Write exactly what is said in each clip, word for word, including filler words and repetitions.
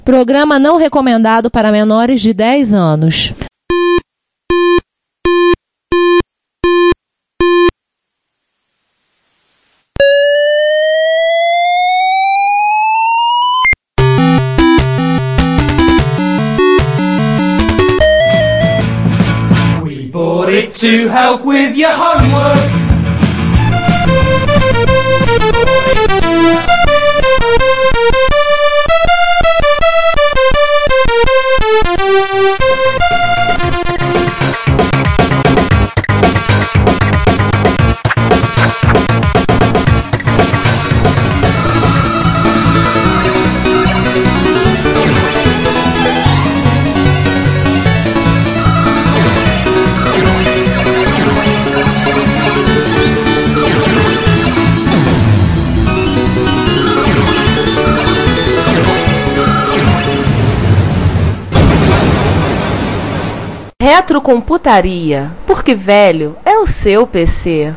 Programa não recomendado para menores de dez anos. We bought it to help with your homework. Retrocomputaria, porque velho é o seu P C.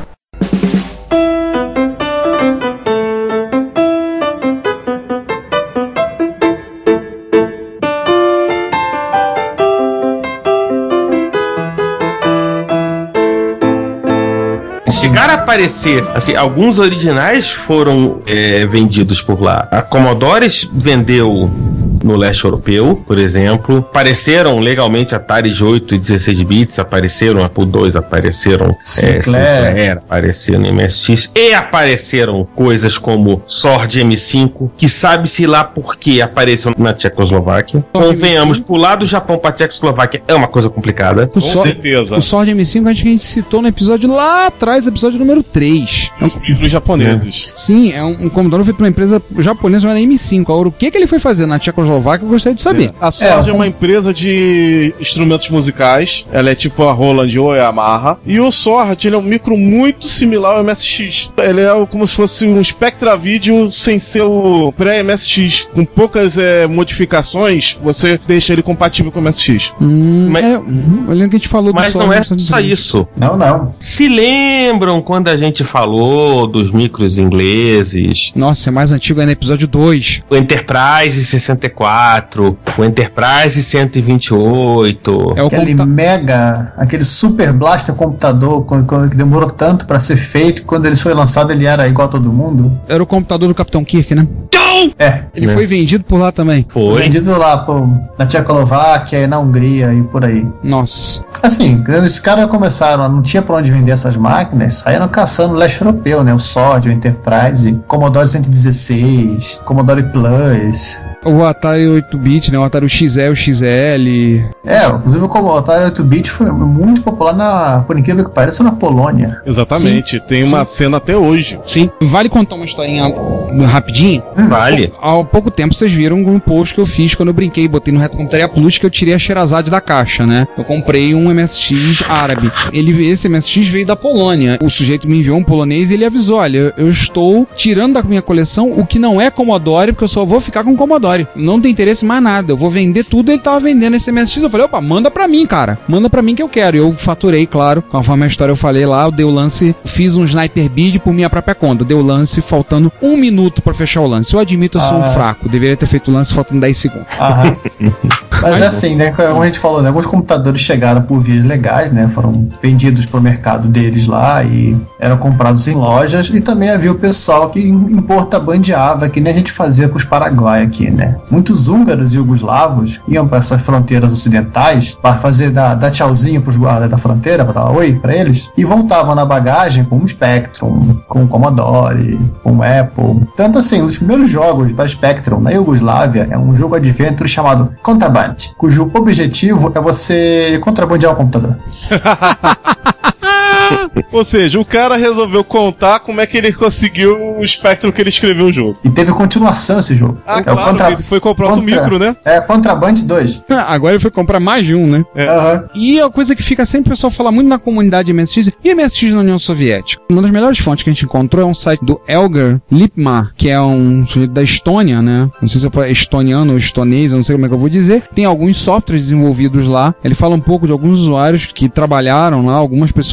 Chegaram a aparecer, assim, alguns originais foram é, vendidos por lá. A Commodore vendeu no leste europeu, por exemplo. Apareceram legalmente Atari oito e dezesseis bits, apareceram Apple dois, apareceram Sinclair, é, Sinclair, apareceram M S X, e apareceram coisas como Sword M cinco, que sabe-se lá por que apareceu na Tchecoslováquia. Convenhamos, pular do Japão pra Tchecoslováquia é uma coisa complicada. Com certeza. O Sword M cinco acho que a gente citou no episódio lá atrás, episódio número três. É um livros japoneses. É. Sim, é um, um Commodore feito por uma empresa japonesa chamada M cinco. Agora, o que, que ele foi fazer na Tchecoslováquia, eu gostaria de saber. É. A Sword é, é uma empresa de instrumentos musicais. Ela é tipo a Roland ou a Yamaha. E o Sword, ele é um micro muito similar ao M S X. Ele é como se fosse um Spectra Video sem ser o pré-M S X. Com poucas é, modificações, você deixa ele compatível com o M S X. Hum, mas, é, olhando que a gente falou do Mas Sword, não é só isso. Não, não. Se lembram quando a gente falou dos micros ingleses? Nossa, é mais antigo, é no episódio dois. O Enterprise sessenta e quatro, o Enterprise cento e vinte e oito. É o aquele computa... mega, aquele super blaster computador quando, quando, que demorou tanto pra ser feito, quando ele foi lançado ele era igual a todo mundo. Era o computador do Capitão Kirk, né? É. Ele é. foi vendido por lá também. Foi. Vendido lá pô, na Tchecoslováquia e na Hungria e por aí. Nossa. Assim, quando esses caras começaram, não tinha pra onde vender essas máquinas, saíram caçando o leste europeu, né? O Sword, o Enterprise, Commodore cento e dezesseis, Commodore Plus. O Atari oito bit, né? O Atari X E, o X L. É, inclusive o Atari oito bit foi muito popular, na, por incrível que pareça, na Polônia. Exatamente, Sim. tem uma Sim. cena até hoje. Sim. Vale contar uma historinha rapidinho? Hum, vale. Há pouco tempo vocês viram um post que eu fiz quando eu brinquei e botei no Retrocomputaria Plus que eu tirei a Sherazade da caixa, né? Eu comprei um M S X árabe. Ele, esse M S X veio da Polônia. O sujeito me enviou um polonês e ele avisou, olha, eu estou tirando da minha coleção o que não é Commodore, porque eu só vou ficar com Commodore. Não tem interesse em mais nada. Eu vou vender tudo. Ele tava vendendo esse M S X. Eu falei, opa, manda pra mim, cara. Manda pra mim que eu quero. Eu faturei, claro. Conforme a história eu falei lá, eu dei o lance, fiz um sniper bid por minha própria conta. Deu o lance faltando um minuto pra fechar o lance. Eu admito, eu sou ah. um fraco. Deveria ter feito o lance faltando dez segundos. Aham. Mas é assim, né? Como a gente falou, né? Alguns computadores chegaram por vias legais, né? Foram vendidos pro mercado deles lá e eram comprados em lojas. E também havia o pessoal que importabandeava, que nem a gente fazia com os Paraguai aqui, né? Muitos húngaros e jugoslavos iam para essas fronteiras ocidentais para fazer dar, dar tchauzinho pros guardas da fronteira, para dar oi para eles, e voltavam na bagagem com um Spectrum, com um Commodore, com um Apple. Tanto assim, os primeiros jogos para Spectrum na Iugoslávia é um jogo adventure chamado Contraband, cujo objetivo é você contrabandear o computador. Ou seja, o cara resolveu contar como é que ele conseguiu o Spectrum que ele escreveu o jogo. E teve continuação esse jogo. Ah, é claro, o contra... ele foi comprar outro contra... micro, né? É, Contraband dois. Agora ele foi comprar mais de um, né? É. Uhum. E a coisa que fica sempre, o pessoal fala muito na comunidade M S X, e M S X na União Soviética. Uma das melhores fontes que a gente encontrou é um site do Elgar Lipmar, que é um sujeito da Estônia, né? Não sei se é estoniano ou estonês, eu não sei como é que eu vou dizer. Tem alguns softwares desenvolvidos lá. Ele fala um pouco de alguns usuários que trabalharam lá, algumas pessoas, inclusive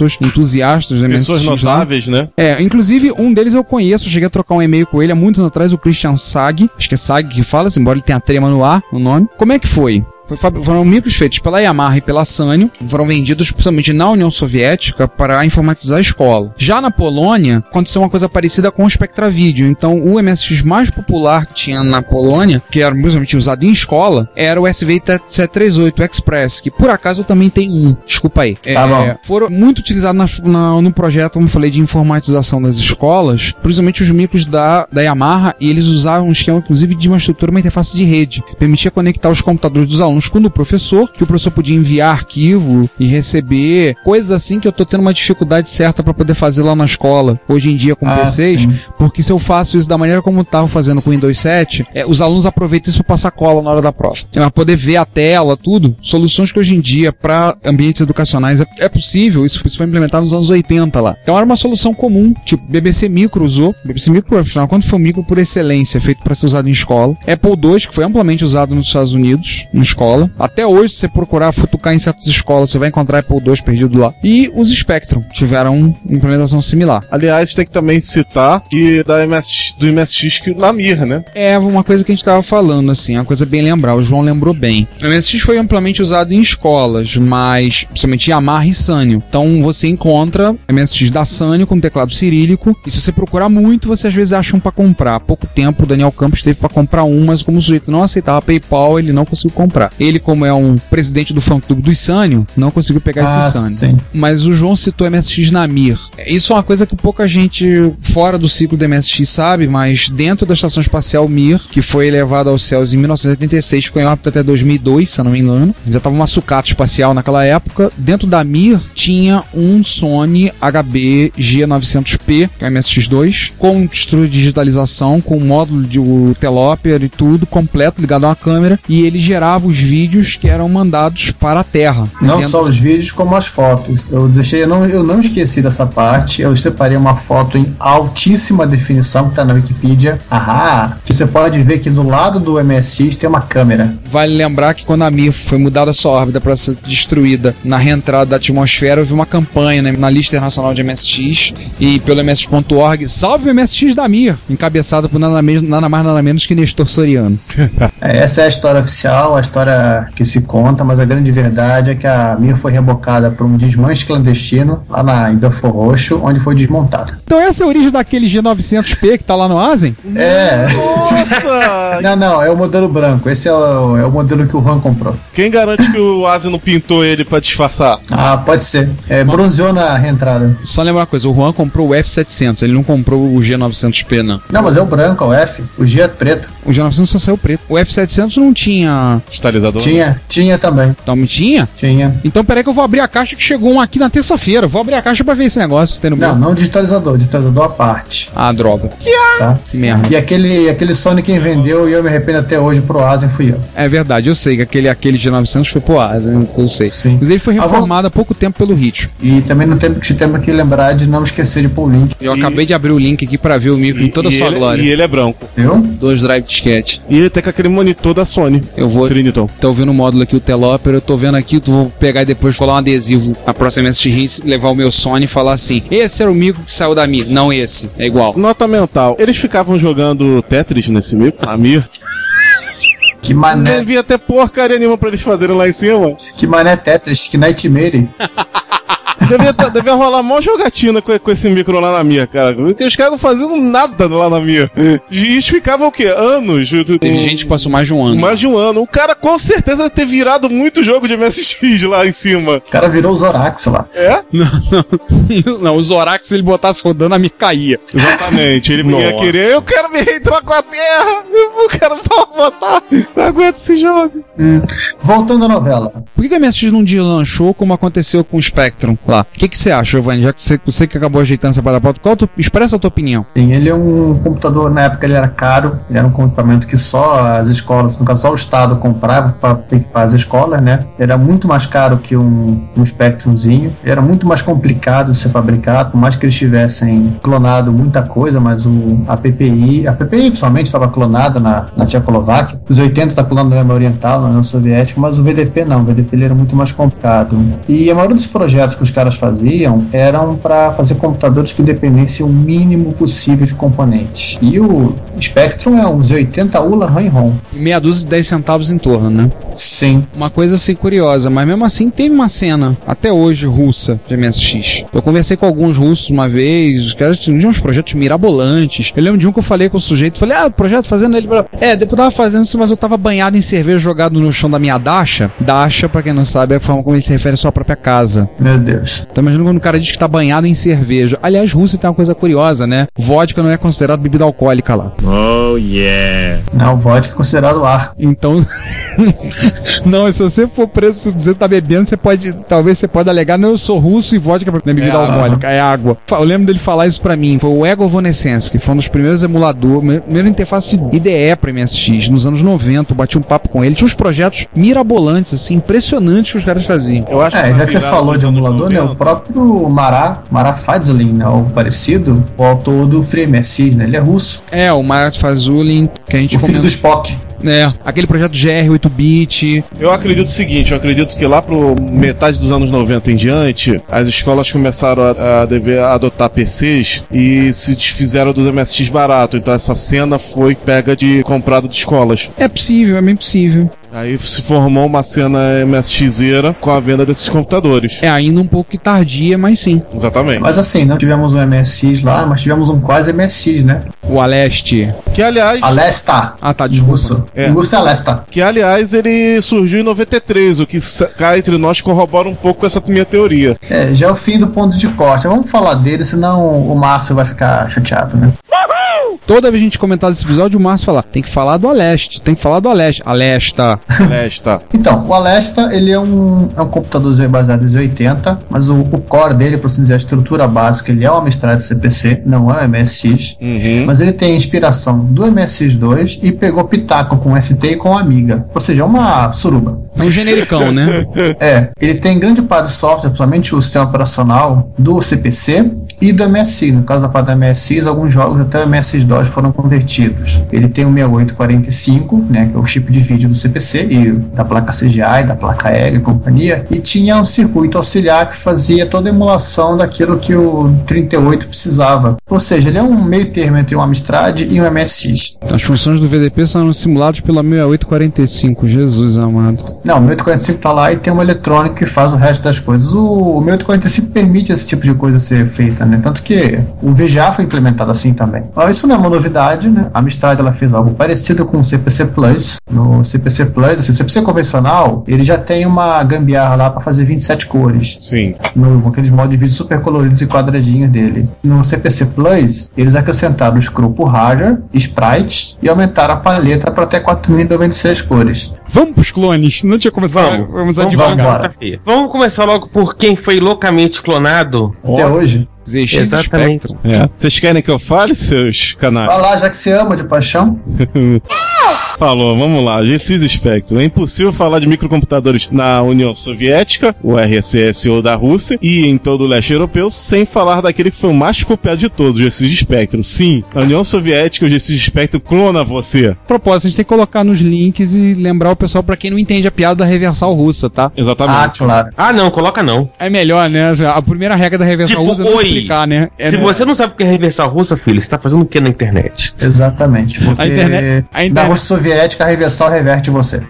entusiastas do M S X. Pessoas notáveis, né? É, inclusive um deles eu conheço, eu cheguei a trocar um e-mail com ele há muitos anos atrás, o Christian Sag, acho que é Sag que fala, embora ele tenha trema no ar, o nome. Como é que foi? Foram micros feitos pela Yamaha e pela Sanyo, foram vendidos principalmente na União Soviética para informatizar a escola. Já na Polônia, aconteceu uma coisa parecida com o SpectraVideo. Então, o M S X mais popular que tinha na Polônia, que era principalmente usado em escola, era o S V setecentos e trinta e oito Express, que por acaso também tem um. Desculpa aí. É, tá foram muito utilizados na, na, no projeto, como eu falei, de informatização das escolas, principalmente os micros da, da Yamaha, e eles usavam um esquema, inclusive, de uma estrutura, uma interface de rede. Permitia conectar os computadores dos alunos com o professor, que o professor podia enviar arquivo e receber coisas assim que eu tô tendo uma dificuldade certa para poder fazer lá na escola, hoje em dia com ah, P Cs, sim. Porque se eu faço isso da maneira como eu tava fazendo com o Windows sete, é, os alunos aproveitam isso para passar cola na hora da prova. Para poder ver a tela, tudo. Soluções que hoje em dia, para ambientes educacionais, é, é possível. Isso, isso foi implementado nos anos oitenta lá. Então era uma solução comum, tipo, B B C Micro usou. B B C Micro, afinal, quando foi um micro por excelência, feito para ser usado em escola. Apple dois, que foi amplamente usado nos Estados Unidos, em escola. Até hoje, se você procurar futucar em certas escolas, você vai encontrar Apple dois perdido lá. E os Spectrum tiveram uma implementação similar. Aliás, tem que também citar que da M S X, do M S X que na Mir, né? É, uma coisa que a gente tava falando, assim, uma coisa bem lembrar. O João lembrou bem. O M S X foi amplamente usado em escolas, mas principalmente Yamaha e Sanyo. Então, você encontra M S X da Sanyo com teclado cirílico, e se você procurar muito, você às vezes acha um pra comprar. Há pouco tempo, o Daniel Campos teve pra comprar um, mas como o sujeito não aceitava PayPal, ele não conseguiu comprar. Ele, como é um presidente do fã-clube dos Sanyo, não conseguiu pegar ah, esse Sanyo. Sim. Mas o João citou M S X na Mir. Isso é uma coisa que pouca gente fora do ciclo do M S X sabe, mas dentro da Estação Espacial Mir, que foi elevada aos céus em mil novecentos e oitenta e seis, ficou em órbita até dois mil e dois, se eu não me engano. Já estava uma sucata espacial naquela época. Dentro da Mir tinha um Sony H B G novecentos P, que é o M S X dois, com estrutura de digitalização, com módulo de telópero e tudo, completo, ligado a uma câmera, e ele gerava os vídeos que eram mandados para a Terra. Não dentro... só os vídeos, como as fotos. Eu deixei, eu não, eu não esqueci dessa parte. Eu separei uma foto em altíssima definição que está na Wikipedia. Ahá! Que você pode ver que do lado do M S X tem uma câmera. Vale lembrar que quando a Mir foi mudada a sua órbita para ser destruída na reentrada da atmosfera, houve uma campanha, né, na lista internacional de M S X e pelo M S X ponto org, salve o M S X da Mir, encabeçada por nada, mesmo, nada mais nada menos que Nestor Soriano. É, essa é a história oficial, a história que se conta, mas a grande verdade é que a Mir foi rebocada por um desmanche clandestino lá na, em Belfort Roxo, onde foi desmontada. Então essa é a origem daquele G novecentos P que tá lá no Asen? É. Nossa! Não, não, é o modelo branco. Esse é o, é o modelo que o Han comprou. Quem garante que o Asen não pintou ele pra disfarçar? Ah, pode ser. É, bronzeou na reentrada. Só lembrar uma coisa, o Juan comprou o F setecentos, ele não comprou o G novecentos P, não. Não, mas é o branco, é o F. O G é preto. O G novecentos só saiu preto. O F setecentos não tinha... Estalizador? Tinha, tinha também. Não tinha? Tinha. Então peraí que eu vou abrir a caixa, que chegou um aqui na terça-feira. Vou abrir a caixa pra ver esse negócio. Tem no não, meu. Não digitalizador, digitalizador à parte. Ah, droga. Que, tá? Que merda. E aquele, aquele Sony quem vendeu, e eu me arrependo até hoje, pro Asen fui eu. É verdade, eu sei que aquele, aquele G novecentos foi pro Asen, eu sei. Sim. Mas ele foi reformado há pouco tempo pelo Ritmo. E também não temos que, temos que lembrar de não esquecer de pôr o link. Eu e... acabei de abrir o link aqui pra ver o micro em toda a sua ele, glória. E ele é branco. Viu? Dois drive disquete. E ele tem com aquele monitor da Sony. Eu vou... Triniton. Tô vendo o módulo aqui, o telópero, eu tô vendo aqui, tu vou pegar e depois falar um adesivo na próxima M S X, levar o meu Sony e falar assim, esse era o micro que saiu da Mir, não esse, é igual. Nota mental, eles ficavam jogando Tetris nesse micro, a Mir. Que mané. Não devia ter porcaria nenhuma pra eles fazerem lá em cima. Que mané Tetris, que Nightmare. Devia, devia rolar mó jogatina com, com esse micro lá na Mir, cara. Porque os caras não faziam nada lá na Mir. E isso ficava o quê? Anos? Teve gente que passou mais de um ano. Mais de um ano. O cara com certeza deve ter virado muito jogo de M S X lá em cima. O cara virou o Zorax lá. É? Não, não. Não, o Zorax, se ele botasse rodando, a Mir caía. Exatamente. Ele ia querer, eu quero me reentrar com a Terra. Eu quero botar. Não aguento esse jogo. Hum. Voltando à novela. Por que, que a M S X não deslanchou como aconteceu com o Spectrum lá? O que, que você acha, Giovanni? Já que você, você que acabou ajeitando essa parada, qual tu, expressa a tua opinião. Sim, ele é um computador, na época ele era caro, ele era um equipamento que só as escolas, no caso só o Estado comprava para equipar as escolas, né? Era muito mais caro que um, um Spectrumzinho, era muito mais complicado de ser fabricado, por mais que eles tivessem clonado muita coisa, mas o, a P P I, a P P I principalmente estava clonada na, na Tchecoslováquia, os oitenta está clonado na Alemanha Oriental, na União Soviética, mas o V D P não, o V D P ele era muito mais complicado. E a maioria dos projetos que os caras caras faziam eram para fazer computadores que dependessem o mínimo possível de componentes. E o Spectrum é um Z oitenta U L A RAM e ROM. Meia dúzia de dez centavos em torno, né? Sim. Uma coisa assim curiosa, mas mesmo assim teve uma cena, até hoje, russa, de M S X. Eu conversei com alguns russos uma vez, os caras tinham uns projetos mirabolantes. Eu lembro de um que eu falei com o sujeito, falei, ah, projeto fazendo ele... É, depois eu tava fazendo isso, mas eu tava banhado em cerveja jogado no chão da minha dacha. Dacha, pra quem não sabe, é a forma como ele se refere à sua própria casa. Meu Deus. Então imagina quando o cara diz que tá banhado em cerveja. Aliás, Rússia tem uma coisa curiosa, né? Vodka não é considerado bebida alcoólica lá. Oh, yeah. Não, vodka é considerado ar. Então... Não, se você for preso, se você tá bebendo, você pode, talvez você pode alegar, não, eu sou russo e vodka não é bebida é alcoólica, é água. Eu lembro dele falar isso pra mim, foi o Ego Evanescence, que foi um dos primeiros emuladores, primeira interface de I D E pra M S X, nos anos noventa, eu bati um papo com ele, tinha uns projetos mirabolantes, assim, impressionantes que os caras faziam. Eu acho é, que já que você falou de emulador, né, o próprio Marat, Marat Fazlin, né, algo parecido, o autor do Free M S X, né, ele é russo. É, o Marat Fazlin, que a gente o filho comenta... do Spock. É, aquele projeto G R oito bit. Eu acredito o seguinte, eu acredito que lá pro metade dos anos noventa em diante, as escolas começaram a, a dever adotar P Cs e se desfizeram dos M S X barato. Então essa cena foi pega de comprado de escolas. É possível, é bem possível. Aí se formou uma cena M S X-era com a venda desses computadores. É ainda um pouco tardia, mas sim. Exatamente. Mas assim, não tivemos um M S X lá, mas tivemos um quase M S X, né? O Aleste. Que aliás... Alesta. Ah, tá, desculpa. Russo. É. Russo é Alesta. Que aliás ele surgiu em noventa e três, o que cá entre nós corrobora um pouco com essa minha teoria. É, já é o fim do ponto de corte. Vamos falar dele, senão o Márcio vai ficar chateado, né? Toda vez que a gente comentar desse episódio, o Márcio fala, tem que falar do Aleste, tem que falar do Aleste. Alesta. Alesta. Então, o Alesta, ele é um, é um computador baseado em Z oitenta, mas o, o core dele, por assim dizer, a estrutura básica, ele é uma Amstrad C P C, não é o M S X, uhum. Mas ele tem inspiração do M S X dois e pegou pitaco com o S T e com a Amiga. Ou seja, é uma suruba. É um genericão, né? É, ele tem grande parte do software, principalmente o sistema operacional do C P C e do M S X. No caso da parte do M S X, alguns jogos até o M S X dois foram convertidos. Ele tem o sessenta e oito quarenta e cinco, né, que é o chip de vídeo do C P C e da placa C G I, da placa E G A e companhia, e tinha um circuito auxiliar que fazia toda a emulação daquilo que o trinta e oito precisava. Ou seja, ele é um meio termo entre um Amstrad e um M S X. As funções do V D P são simuladas pela sessenta e oito quarenta e cinco, Jesus amado. Não, o sessenta e oito quarenta e cinco tá lá e tem uma eletrônica que faz o resto das coisas. O sessenta e oito quarenta e cinco permite esse tipo de coisa ser feita, né? Tanto que o V G A foi implementado assim também. Mas isso não é uma novidade, né? A Amstrad ela fez algo parecido com o C P C Plus. No C P C Plus, assim, o C P C convencional, ele já tem uma gambiarra lá para fazer vinte e sete cores. Sim. No, com aqueles modos de vídeo super coloridos e quadradinhos dele. No C P C Plus, eles acrescentaram o scroll por hardware, sprites e aumentaram a paleta para até quatro mil e noventa e seis cores. Vamos pros clones. Não tinha começado. Vamos, vamos vamos, devagar. vamos, vamos começar logo por quem foi loucamente clonado. Até hoje. Z X Exatamente. Spectrum. É. Vocês querem que eu fale, seus canais? Vai lá, já que você ama de paixão. Falou, vamos lá. G X Spectrum. É impossível falar de microcomputadores na União Soviética, o R S S ou da Rússia, e em todo o leste europeu, sem falar daquele que foi o mais copiado de todos, o G X Spectrum. Sim, na União Soviética, o G X Spectrum clona você. A propósito, a gente tem que colocar nos links e lembrar o pessoal pra quem não entende a piada da reversal russa, tá? Exatamente. Ah, claro. Ah, não, coloca não. É melhor, né? A primeira regra da reversal Tipo, russa é não oi, explicar, né? É Se no... você não sabe o que é reversal russa, filho, você tá fazendo o que na internet? Exatamente. Porque A internet- a internet- na Rússia Soviética, a reversal reverte você.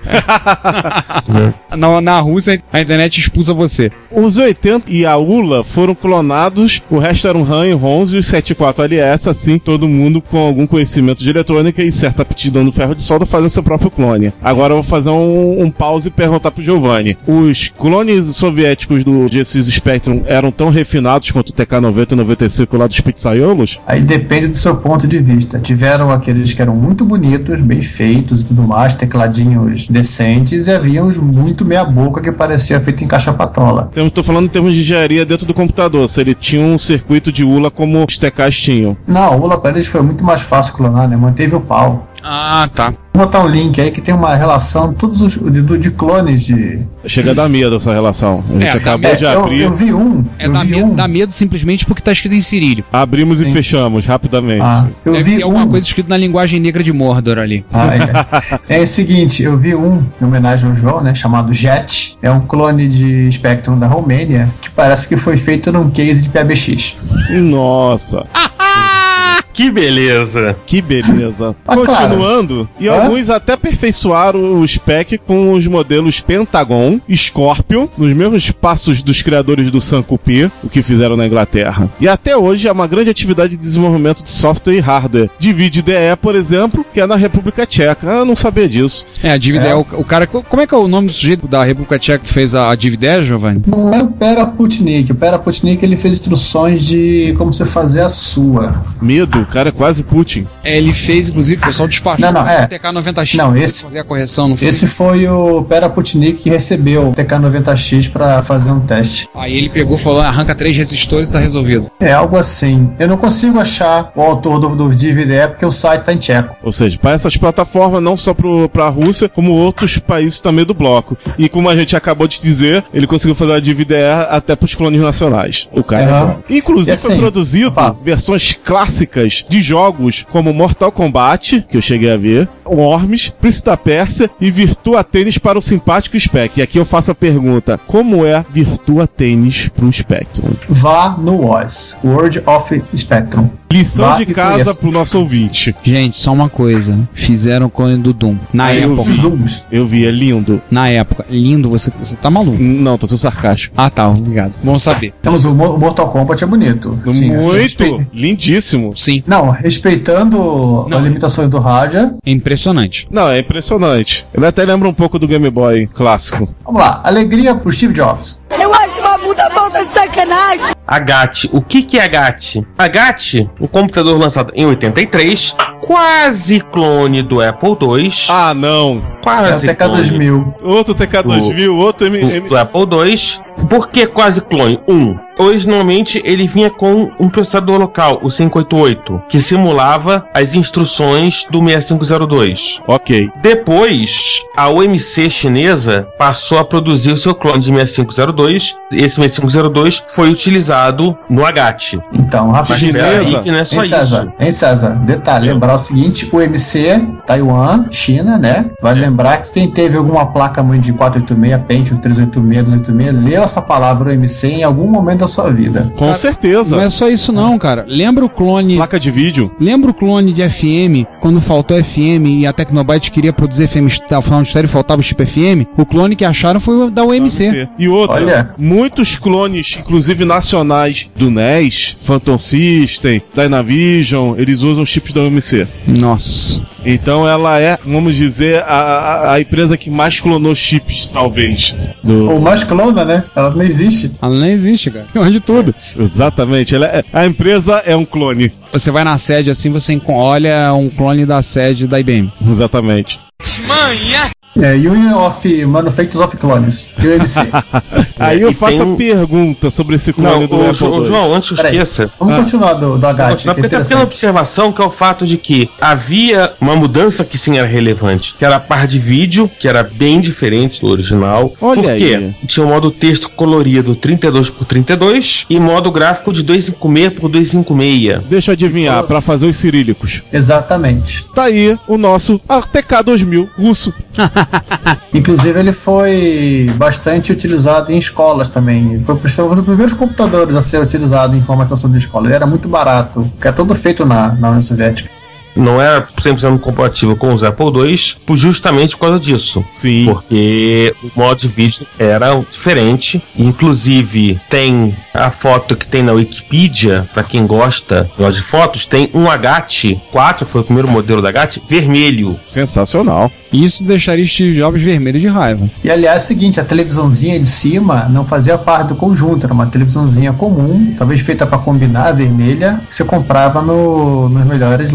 na, na Rússia, a internet expulsa você. Os oitenta e a U L A foram clonados, o resto eram RAM e ROMs e os setenta e quatro L S, assim, todo mundo com algum conhecimento de eletrônica e certa aptidão no ferro de solda fazendo seu próprio clone. Agora eu vou fazer um, um pause e perguntar pro Giovanni. Os clones soviéticos do G X Spectrum eram tão refinados quanto o T K noventa e noventa e cinco lá dos pizzaiolos? Aí depende do seu ponto de vista. Tiveram aqueles que eram muito bonitos, bem feitos e tudo mais, tecladinhos decentes, e havia uns muito meia boca que parecia feito em caixa patola. Estou falando em termos de engenharia dentro do computador, se ele tinha um circuito de U L A como os T Ks tinham. Não, o U L A para eles foi muito mais fácil clonar, né? Manteve o pau. Ah, tá. Vou botar um link aí que tem uma relação, todos os de, de clones de. Chega a dar medo essa relação. A gente É, acabou é, de eu, abrir. eu vi um. É eu dá vi medo, um. dá medo simplesmente porque tá escrito em cirílico. Abrimos Sim. e fechamos rapidamente. Ah, eu Deve vi ter alguma um. coisa escrita na linguagem negra de Mordor ali. Ah, é. É o seguinte, eu vi um em homenagem ao João, né? Chamado Jet. É um clone de Spectrum da Romênia que parece que foi feito num case de P B X. Nossa, Que beleza! que beleza. Ah, Continuando, e Hã? alguns até aperfeiçoaram o spec com os modelos Pentagon, Scorpion, nos mesmos passos dos criadores do Sun Coupé, o que fizeram na Inglaterra. E até hoje é uma grande atividade de desenvolvimento de software e hardware. Divide D E, por exemplo, que é na República Tcheca. Ah, eu não sabia disso. É, a dívida é, É. o, o cara. Como é que é o nome do sujeito da República Tcheca que fez a, a dívida, Giovanni? Não é o Pera Putnik. O Pera Putnik ele fez instruções de como você fazer a sua. Medo, o cara é quase Putin. É, ele fez, inclusive, o pessoal despachou Não, não, é. o T K noventa X Não, pra esse- fazer a correção, não foi? Esse foi o Pera Putnik que recebeu o T K noventa X pra fazer um teste. Aí ele pegou e falou: arranca três resistores e tá resolvido. É algo assim. Eu não consigo achar o autor do, do D V D porque o site tá em tcheco. Ou seja, para essas plataformas, não só para a Rússia, como outros países também do bloco. E como a gente acabou de dizer, ele conseguiu fazer a D V D até para os clones nacionais. O cara é Aham. bom. Inclusive E assim, foi produzido fala. versões clássicas de jogos como Mortal Kombat, que eu cheguei a ver, Worms, Príncipe da Pérsia e Virtua Tennis para o simpático Spec. E aqui eu faço a pergunta: como é Virtua Tennis para o Spectrum? Vá no W O S, World of Spectrum. Lição Vá de e casa conheça. pro nosso ouvinte. Gente, só uma coisa. Fizeram o clone do Doom. Na Ah, eu época. vi. Dooms. Eu vi, é lindo. Na época. Lindo, você, você tá maluco. Não, tô sendo sarcástico. Ah, tá, obrigado. Bom saber. Temos o Mo- Mortal Kombat é bonito. Sim, sim, Muito respe- lindíssimo. Sim, Não, respeitando Não. as limitações do hardware. é impressionante. Não, é impressionante. Ele até lembra um pouco do Game Boy clássico. Vamos lá, alegria pro Steve Jobs. Eu acho uma puta falta de sacanagem. A G A T. O que que é a G A T? A G A T, o computador lançado em oitenta e três, quase clone do Apple dois. Ah, não. É o Quase T K dois clone mil. Outro T K dois mil, outro M... M- do Apple dois. Por que quase clone? Um, originalmente ele vinha com um processador local, o quinhentos e oitenta e oito, que simulava as instruções do sessenta e cinco zero dois. Ok. Depois, a O M C chinesa passou a produzir o seu clone de sessenta e cinco zero dois. Esse sessenta e cinco zero dois foi utilizado no H A T. Então, Mas rapaz, Chinesa. espera aí que não é só Hein, César? isso. Hein, César? Detalhe, lembrar o seguinte, o M C, Taiwan, China, né? Vale lembrar que quem teve alguma placa-mãe de quatrocentos e oitenta e seis, Pentium trezentos e oitenta e seis, duzentos e oitenta e seis, leu essa palavra O M C em algum momento da sua vida. Com certeza. Não é só isso não, cara. Lembra o clone... Placa de vídeo. Lembra o clone de F M, quando faltou F M e a Tecnobyte queria produzir F M final de série e faltava o chip F M? O clone que acharam foi o da U M C. E outra, Olha. muitos clones, inclusive nacionais, do N E S, Phantom System, Dynavision, eles usam chips da U M C. Nossa. Então ela é, vamos dizer, a, a, a empresa que mais clonou chips, talvez. Do... Ou mais clona, né? Ela não existe. Ela não existe, cara. Onde tudo. Exatamente. Ela é, a empresa é um clone. Você vai na sede assim, você enco- olha um clone da sede da I B M. Exatamente. É, Union of Manufacturers of Clones, U M C. Aí eu e faço tem a um- pergunta sobre esse clone Não, do o, Apple Jo- dois. João, antes que eu Peraí. esqueça. Vamos Ah. continuar do, do H A T, Não, que é porque tem uma pequena interessante. observação que é o fato de que havia uma mudança que sim era relevante, que era a parte de vídeo, que era bem diferente do original. Olha Por quê? aí. Tinha o modo texto colorido trinta e dois por trinta e dois e modo gráfico de duzentos e cinquenta e seis por duzentos e cinquenta e seis. Deixa eu adivinhar, pra fazer os cirílicos. Exatamente. Tá aí o nosso T K dois mil russo. Inclusive, ele foi bastante utilizado em escolas também. Foi por ser um dos primeiros computadores a ser utilizado em informatização de escola. Ele era muito barato, que é todo feito na, na União Soviética. Não era cem por cento compatível com os Apple dois, por- justamente por causa disso. Sim. Porque o modo de vídeo era diferente. Inclusive, tem a foto que tem na Wikipedia, pra quem gosta gosta de fotos, tem um H T quatro, que foi o primeiro modelo da H T, vermelho. Sensacional. Isso deixaria Steve Jobs vermelho de raiva. E aliás, é o seguinte, a televisãozinha de cima não fazia parte do conjunto, era uma televisãozinha comum, talvez feita para combinar, vermelha, que você comprava no, nas melhores lojinhas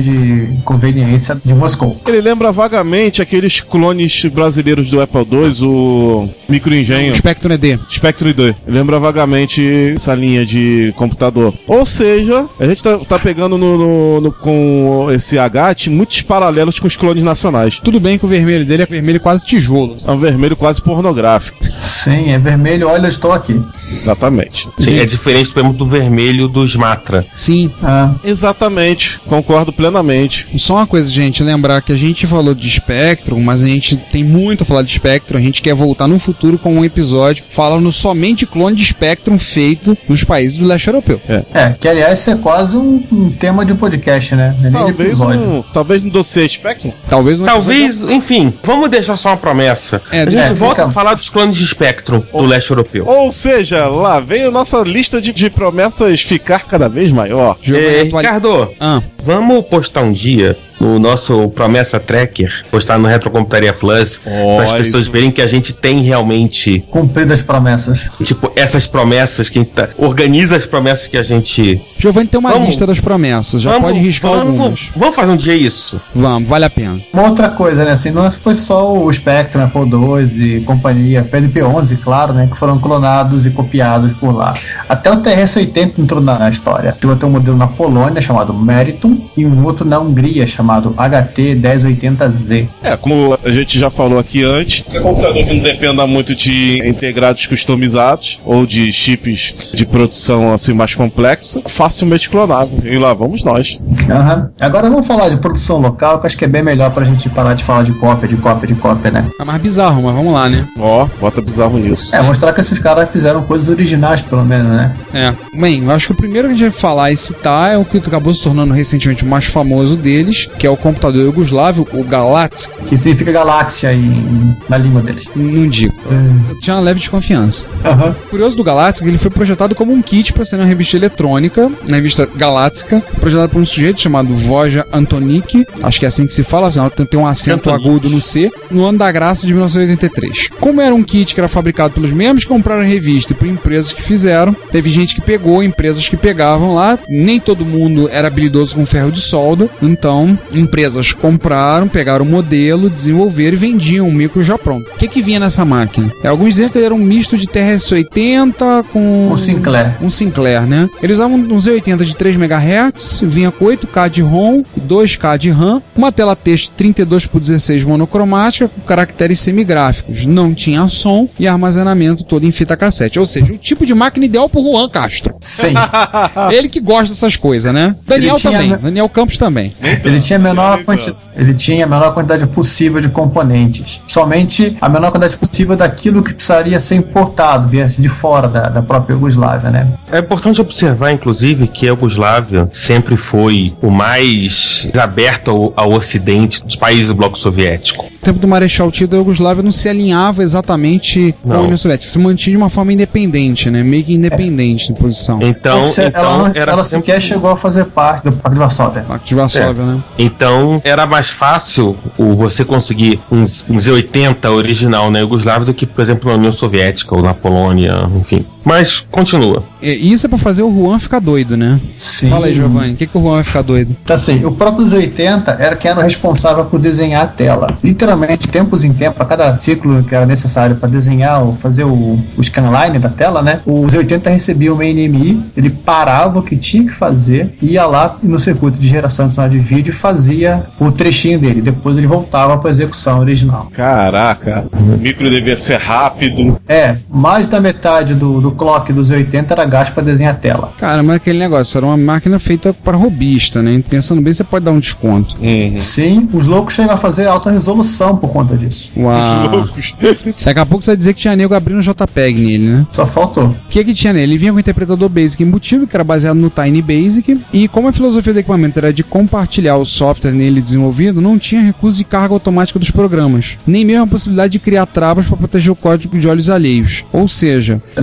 de conveniência de Moscou. Ele lembra vagamente aqueles clones brasileiros do Apple dois, o Microengenho. Spectrum E D. Spectrum E D. Lembra vagamente essa linha de computador. Ou seja, a gente tá, tá pegando no, no, no, com esse Agate muitos paralelos com os clones nacionais. Tudo bem que o vermelho dele é vermelho quase tijolo. É um vermelho quase pornográfico. Sim, é vermelho, olha, eu estou aqui. Exatamente. Sim, é diferente, por exemplo, do vermelho dos Matra. Sim. Ah. Exatamente. Concordo plenamente. Só uma coisa, gente, lembrar que a gente falou de Spectrum, mas a gente tem muito a falar de Spectrum, a gente quer voltar no futuro com um episódio falando somente de clone de Spectrum feito nos países do leste europeu. É, é que aliás isso é quase um, um tema de podcast, né? Nem talvez, de episódio. Um, talvez no dossiê Spectrum? Talvez no Talvez, enfim, vamos deixar só uma promessa. É, a gente é, volta fica... a falar dos clones de Spectrum do leste europeu. Ou seja, lá vem a nossa lista de, de promessas ficar cada vez maior. É, Ricardo, ah. vamos postar um dia no nosso Promessa Tracker, postar no Retrocomputaria Plus, oh, para as pessoas isso. verem que a gente tem realmente cumprido as promessas. Tipo, essas promessas que a gente tá, organiza as promessas que a gente... Giovanni tem uma vamos, lista das promessas, já vamos, pode riscar vamos, algumas. Vamos fazer um dia isso? Vamos, vale a pena. Uma outra coisa, né, assim, não foi só o Spectrum, Apple dois e companhia, P N P onze, claro, né, que foram clonados e copiados por lá. Até o T R S oitenta entrou na, na história. Tive um modelo na Polônia chamado Meritum e um outro na Hungria chamado H T dez oitenta Z. É, como a gente já falou aqui antes, é um computador que não dependa muito de integrados customizados ou de chips de produção assim mais complexa, facilmente clonável. E lá vamos nós. Uhum. Agora vamos falar de produção local, que acho que é bem melhor pra gente parar de falar de cópia, de cópia, de cópia, né? É mais bizarro, mas vamos lá, né? Ó, oh, bota bizarro nisso. É, mostrar que esses caras fizeram coisas originais, pelo menos, né? É. Bem, eu acho que o primeiro que a gente vai falar e citar é o que acabou se tornando recentemente o mais famoso deles, que é o computador iugoslavo, o Galaxy. Que significa galáxia em, na língua deles. Não digo. Eu tinha uma leve desconfiança. Uhum. O curioso do Galaxy é que ele foi projetado como um kit para ser uma revista eletrônica, na revista Galáctica, projetado por um sujeito chamado Voja Antonik, acho que é assim que se fala, afinal tem um acento Antonik. agudo no C, no ano da graça de mil novecentos e oitenta e três. Como era um kit que era fabricado pelos membros que compraram a revista e por empresas que fizeram, teve gente que pegou, empresas que pegavam lá, nem todo mundo era habilidoso com ferro de solda, então empresas compraram, pegaram o modelo, desenvolveram e vendiam um micro já pronto. O que que vinha nessa máquina? É, alguns diziam que ele era um misto de T R S oitenta com... Um Sinclair. Um Sinclair, né? Eles usavam um Z oitenta de três megahertz, vinha com oito K de ROM e dois K de RAM, uma tela texto trinta e dois por dezesseis monocromática com caracteres semigráficos, não tinha som e armazenamento todo em fita cassete. Ou seja, o tipo de máquina ideal pro Juan Castro. Sim. Ele que gosta dessas coisas, né? Daniel tinha também. me- Daniel Campos também. Ele tinha a menor quanti... ele tinha a menor quantidade possível de componentes. Somente a menor quantidade possível daquilo que precisaria ser importado, viesse de fora da, da própria Iugoslávia, né? É importante observar, inclusive, que a Iugoslávia sempre foi o mais aberto ao, ao ocidente dos países do bloco soviético. No tempo do Marechal Tito, a Iugoslávia não se alinhava exatamente com a Não. União Soviética. Se mantinha de uma forma independente, né? Meio que independente de posição. Então, Você- então ela não, era ela sempre... sequer chegou a fazer parte do Pacto de Varsóvia. Pacto de Varsóvia, né? Então, era mais fácil o, você conseguir um, um Z oitenta original na Iugoslávia do que, por exemplo, na União Soviética ou na Polônia, enfim. Mas, continua. E isso é pra fazer o Juan ficar doido, né? Sim. Fala aí, Giovanni. O que, que o Juan vai ficar doido? Tá assim, o próprio Z oitenta era quem era o responsável por desenhar a tela. Literalmente, tempos em tempo, a cada ciclo que era necessário para desenhar ou fazer o, o scanline da tela, né? O Z oitenta recebia uma N M I, ele parava o que tinha que fazer, ia lá no circuito de geração de sinal de vídeo e fazia o trechinho dele. Depois ele voltava para a execução original. Caraca, o micro devia ser rápido. É, mais da metade do, do clock do Z oitenta era gasto para desenhar a tela. Cara, mas aquele negócio, era uma máquina feita para robista, né? Pensando bem, você pode dar um desconto. Uhum. Sim, os loucos chegam a fazer alta resolução por conta disso. Uau. Loucos. Daqui a pouco você vai dizer que tinha nego abrindo JPEG nele, né? Só faltou. O que que tinha nele? Ele vinha com o interpretador Basic embutido, que era baseado no Tiny Basic, e como a filosofia do equipamento era de compartilhar o software nele desenvolvido, não tinha recurso de carga automática dos programas, nem mesmo a possibilidade de criar travas para proteger o código de olhos alheios. Ou seja, Load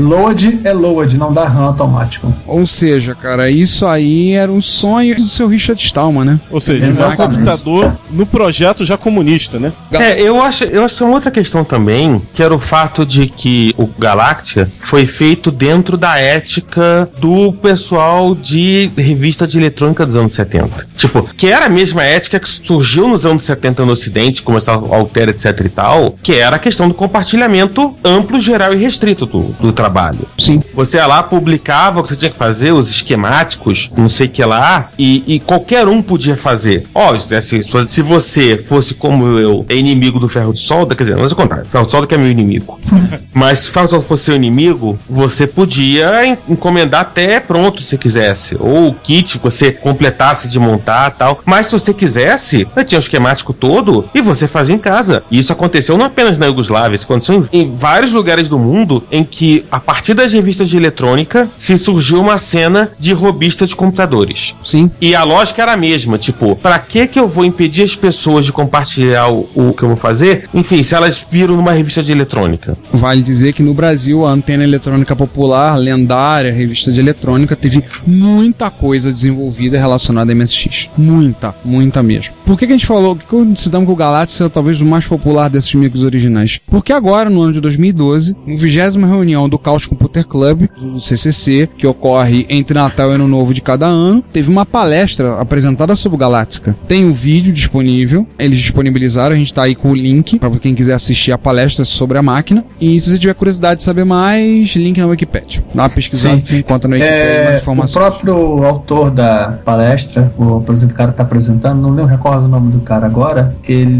Load é load, não dá RAM automático. Ou seja, cara, isso aí era um sonho do seu Richard Stallman, né? Ou seja, ele é um computador no projeto já comunista, né? É, eu acho, eu acho que uma outra questão também, que era o fato de que o Galactica foi feito dentro da ética do pessoal de revista de eletrônica dos anos setenta. Tipo, que era a mesma ética que surgiu nos anos setenta no Ocidente, como a Altera, etc e tal, que era a questão do compartilhamento amplo, geral e restrito do, do trabalho. Sim. Você ia lá, publicava o que você tinha que fazer, os esquemáticos, não sei o que lá, e, e qualquer um podia fazer. Ó, se, se você fosse como eu, é inimigo do ferro de solda, quer dizer, não é o contrário, ferro de solda que é meu inimigo. Mas se o ferro de solda fosse seu inimigo, você podia encomendar até pronto se quisesse. Ou o kit que você completasse de montar e tal. Mas se você quisesse, você tinha o esquemático todo e você fazia em casa. E isso aconteceu não apenas na Iugoslávia, isso aconteceu em, em vários lugares do mundo em que, a partir das revistas de eletrônica, se surgiu uma cena de robista de computadores. Sim. E a lógica era a mesma, tipo, pra que que eu vou impedir as pessoas de compartilhar o, o que eu vou fazer? Enfim, se elas viram numa revista de eletrônica. Vale dizer que no Brasil a Antena Eletrônica Popular, lendária revista de eletrônica, teve muita coisa desenvolvida relacionada a M S X. Muita, muita mesmo. Por que que a gente falou que consideramos que o Galactica é talvez o mais popular desses micros originais? Porque agora, no ano de dois mil e doze, no vigésima reunião do Chaos Computer Club, do C C C, que ocorre entre Natal e Ano Novo de cada ano, teve uma palestra apresentada sobre o Galactica. Tem o vídeo disponível, eles disponibilizaram, a gente tá aí com o link para quem quiser assistir a palestra sobre a máquina. E se você tiver curiosidade de saber mais, link na Wikipedia. Dá uma pesquisada que você encontra na Wikipedia é, mais informações. O próprio autor da palestra, o cara que tá apresentando, não me recordo o nome do cara agora,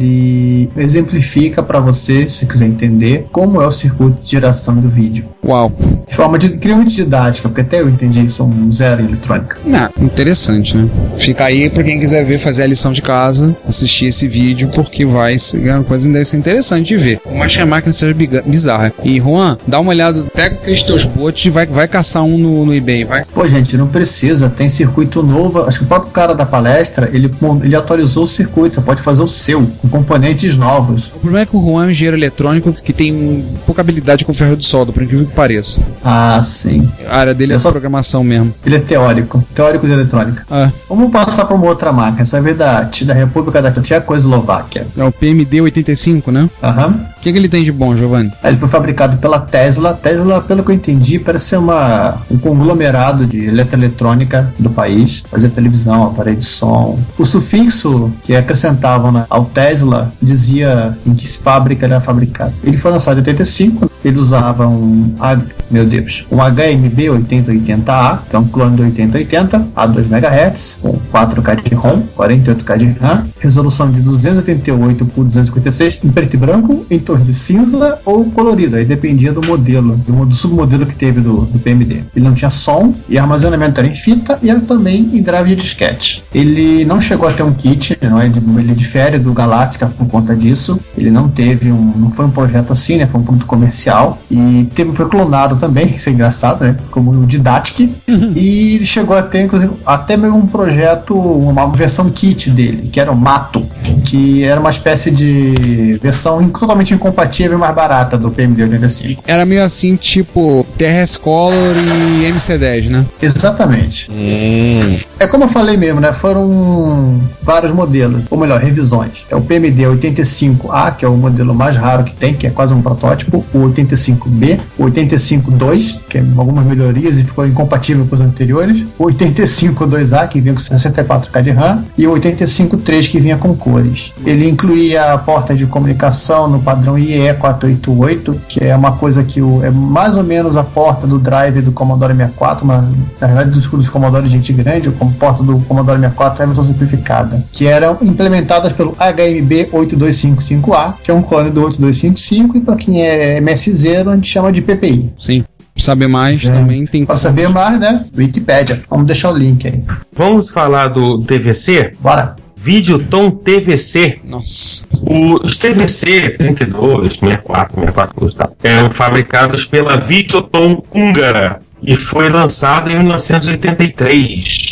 ele exemplifica para você, se quiser entender, como é o circuito de geração do vídeo. Uau. De forma de, extremamente didática, porque até eu entendi que sou um zero em eletrônica. Ah, interessante, né? Fica aí pra quem quiser ver, fazer a lição de casa, assistir esse vídeo, porque vai ser uma coisa que deve ser interessante de ver. Por mais que a máquina seja bizarra. E, Juan, dá uma olhada, pega aqueles teus bots e vai, vai caçar um no, no eBay, vai. Pô, gente, não precisa, tem circuito novo. Acho que o próprio cara da palestra, ele, ele atualizou o circuito, você pode fazer o seu, com componentes novos. O problema é que o Juan é um engenheiro eletrônico que tem pouca habilidade com ferro de solda, por incrível que pareça. Ah, sim. A área dele é só programação mesmo. Ele é teórico, teórico de eletrônica. Ah. Vamos passar para uma outra máquina, essa vez da, da República da Tchecoslováquia. É o P M D oitenta e cinco, né? Aham. Uhum. O que, que ele tem de bom, Giovanni? Ele foi fabricado pela Tesla. Tesla, pelo que eu entendi, parece ser uma, um conglomerado de eletroeletrônica do país. Fazia televisão, aparelho de som. O sufixo que acrescentavam ao Tesla dizia em que fábrica era fabricado. Ele foi lançado em oitenta e cinco. Ele usava um, meu Deus, um H M B oitenta oitenta A, que é um clone do oitenta oitenta, a dois megahertz, com quatro K de ROM, quarenta e oito K de RAM, resolução de duzentos e oitenta e oito por duzentos e cinquenta e seis, em preto e branco, em tom de cinza ou colorido, aí dependia do modelo, do, do submodelo que teve do, do P M D. Ele não tinha som e armazenamento era em fita e era também em drive de disquete. Ele não chegou a ter um kit, não é? Ele difere do Galactica por conta disso. Ele não teve um, não foi um projeto assim, né? Foi um produto comercial e teve, foi clonado também, isso é engraçado, né? Como o Didatic. Uhum. E ele chegou a ter, inclusive, até mesmo um projeto, uma versão kit dele, que era o Mato, que era uma espécie de versão totalmente incompatível e mais barata do P M D oitenta e cinco. Era meio assim, tipo T R S Color e M C dez, né? Exatamente. Hum. É como eu falei mesmo, né? Foram vários modelos, ou melhor, revisões. É o P M D oitenta e cinco A, que é o modelo mais raro que tem, que é quase um protótipo, o oitenta e cinco B, o oitenta e cinco dois, que é algumas melhorias e ficou incompatível com os anteriores, o oitenta e cinco dois A, que vinha com sessenta e quatro K de RAM, e o oitenta e cinco três, que vinha com cores. Ele incluía a porta de comunicação no padrão I E quatrocentos e oitenta e oito, que é uma coisa que o, é mais ou menos a porta do drive do Commodore sessenta e quatro, mas na verdade dos, dos Commodore gente grande, a porta do Commodore sessenta e quatro é a versão simplificada, que eram implementadas pelo H M B oito dois cinco cinco A, que é um clone do oito dois cinco cinco, e para quem é M S zero, a gente chama de P P I. Sim. Saber mais é. Também tem. Para saber mais, né? Wikipédia. Vamos deixar o link aí. Vamos falar do T V C? Bora. Videoton T V C. Nossa. Os T V C trinta e dois, sessenta e quatro, sessenta e quatro tá, eram fabricados pela Videoton húngara e foi lançado em mil novecentos e oitenta e três.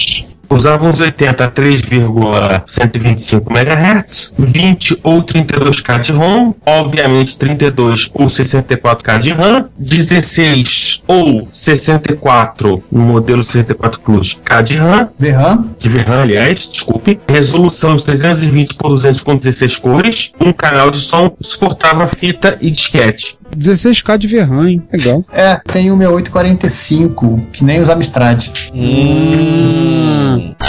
usavam os oitenta a três vírgula cento e vinte e cinco megahertz, vinte ou trinta e dois K de ROM, obviamente trinta e dois ou sessenta e quatro K de RAM, dezesseis ou sessenta e quatro no modelo sessenta e quatro Plus K de RAM, V RAM, de V RAM, aliás, desculpe, resolução de trezentos e vinte por duzentos com dezesseis cores, um canal de som, suportava fita e disquete. dezesseis K de V RAM, hein? Legal. é, tem o sessenta e oito quarenta e cinco, que nem os Amstrad. Hum.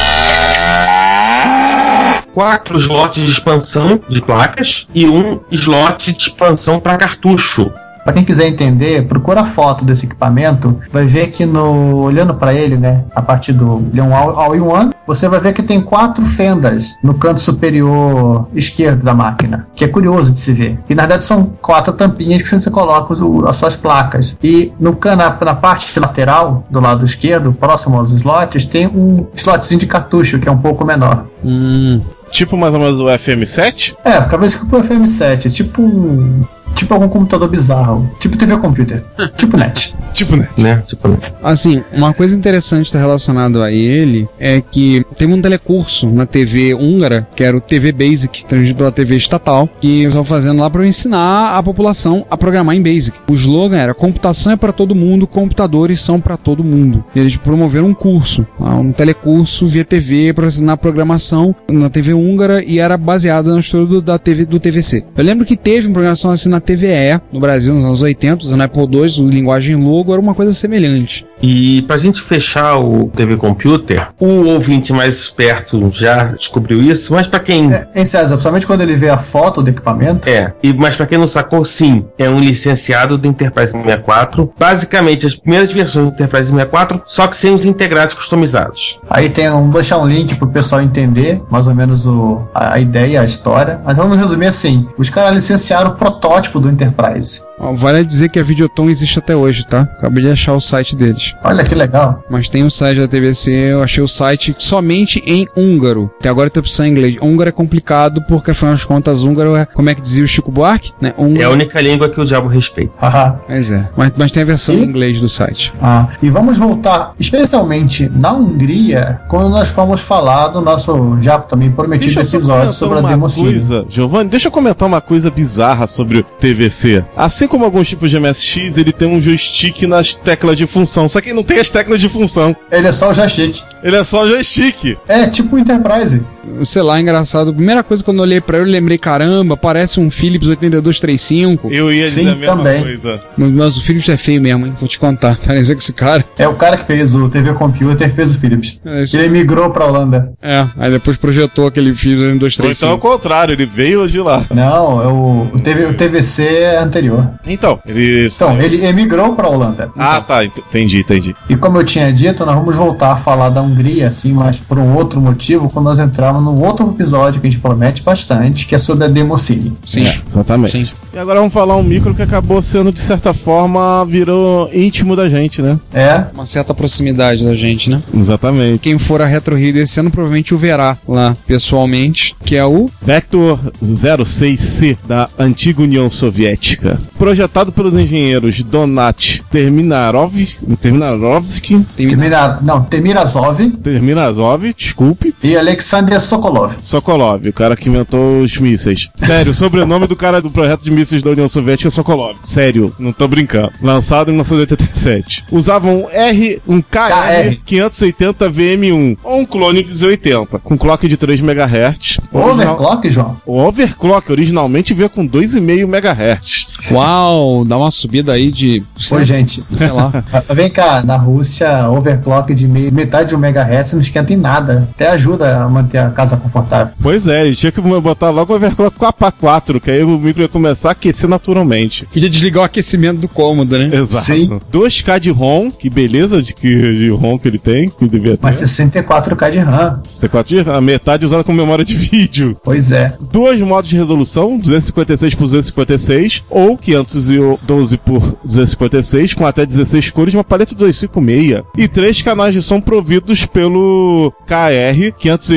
Quatro slots de expansão de placas e um slot de expansão para cartucho. Para quem quiser entender, procura a foto desse equipamento, vai ver que no olhando para ele, né, a partir do ele é um all-in-one, você vai ver que tem quatro fendas no canto superior esquerdo da máquina, que é curioso de se ver. E na verdade são quatro tampinhas que você coloca os, as suas placas. E no na, na parte lateral do lado esquerdo, próximo aos slots, tem um slotzinho de cartucho que é um pouco menor. Hum. Tipo mais ou menos o F M sete? É, talvez que o F M sete, é tipo um Tipo algum computador bizarro. Tipo T V Computer. Tipo net. Tipo net. Né? Tipo, né? Assim, uma coisa interessante tá relacionado a ele é que teve um telecurso na T V húngara, que era o T V Basic, transmitido pela T V estatal, que eles estavam fazendo lá para ensinar a população a programar em Basic. O slogan era: computação é para todo mundo, computadores são para todo mundo. E eles promoveram um curso, um telecurso via T V para ensinar programação na T V húngara, e era baseado no estudo da T V, do T V C. Eu lembro que teve uma programação assim na T V E no Brasil nos anos oitenta, usando Apple dois, o linguagem logo, era uma coisa semelhante. E pra gente fechar o T V Computer, o ouvinte mais esperto já descobriu isso, mas pra quem... É, hein, César, principalmente quando ele vê a foto do equipamento. É, e, mas pra quem não sacou, sim, é um licenciado do Enterprise sessenta e quatro. Basicamente, as primeiras versões do Enterprise sessenta e quatro, só que sem os integrados customizados. Aí tem um, vou deixar um link pro pessoal entender mais ou menos o, a, a ideia, a história. Mas vamos resumir assim: os caras licenciaram o protótipo do Enterprise. Ó, vale dizer que a Videoton existe até hoje, tá? Acabei de achar o site deles. Olha que legal. Mas tem o site da T V C, eu achei o site somente em húngaro. Até agora tem opção em inglês. Húngaro é complicado porque, afinal de contas, húngaro é, como é que dizia o Chico Buarque, né? Húngaro... É a única língua que o diabo respeita. Haha. Pois é. Mas, mas tem a versão E? em inglês do site. Ah, e vamos voltar, especialmente na Hungria, quando nós fomos falar do nosso já também prometido Deixa eu só episódio comentar sobre a uma Democine. coisa, Giovanni, deixa eu comentar uma coisa bizarra sobre o T V C. Assim como alguns tipos de M S X, ele tem um joystick nas teclas de função, só que ele não tem as teclas de função. Ele é só o joystick. Ele é só o joystick. É tipo o Enterprise. Sei lá, engraçado. A primeira coisa, quando eu olhei pra ele, eu lembrei, caramba, parece um Philips oitenta e dois trinta e cinco. Eu ia Sim, dizer a mesma também. coisa. Mas o Philips é feio mesmo, hein? Vou te contar. Parece que esse cara... É o cara que fez o T V Computer, fez o Philips. É, isso... Ele migrou pra Holanda. é, aí depois projetou aquele Philips oitenta e dois Ou trinta e então é o cinco. contrário, ele veio de lá. Não, é o, o, TV, o T V C é anterior. Então, ele... Então, ele emigrou pra Holanda. Ah, tá, ent- entendi, entendi. E como eu tinha dito, nós vamos voltar a falar da Hungria, assim, mas por um outro motivo, quando nós entrarmos num outro episódio que a gente promete bastante, que é sobre a Democine. Sim. É, exatamente. Sim. E agora vamos falar um micro que acabou sendo, de certa forma, virou íntimo da gente, né? É, Uma certa proximidade da gente, né? Exatamente. Quem for a Retro Rio esse ano provavelmente o verá lá pessoalmente, que é o... Vector zero seis C da antiga União Soviética. Projetado pelos engenheiros Donat Terminarov, Terminarovsky, Temira, não, Temirazov Terminazov, desculpe, e Alexander Sokolov. Sokolov, o cara que inventou os mísseis. Sério, o sobrenome do cara do projeto de mísseis da União Soviética é Sokolov. Sério, não tô brincando. Lançado em mil novecentos e oitenta e sete. Usavam R, um K R quinhentos e oitenta V M um, ou um clone de Z oitenta, com clock de três megahertz. Original- Overclock, João? O overclock originalmente veio com dois vírgula cinco megahertz. Uau, dá uma subida aí de... Oi, gente. Sei lá. Vem cá, na Rússia, overclock de meio, metade de um megahertz não esquenta em nada. Até ajuda a manter a casa confortável. Pois é, ele tinha que botar logo o overclock com a P A quatro, que aí o micro ia começar a aquecer naturalmente. Podia desligar o aquecimento do cômodo, né? Exato. Sim. dois K de ROM, que beleza de, que, de ROM que ele tem, que devia ter. Mas sessenta e quatro K de RAM. sessenta e quatro de a metade usada como memória de vídeo. Pois é. Dois modos de resolução, duzentos e cinquenta e seis por duzentos e cinquenta e seis ou quinhentos e doze por duzentos e cinquenta e seis, com até dezesseis cores, uma paleta duzentos e cinquenta e seis. E três canais de som providos pelo K R quinhentos e oitenta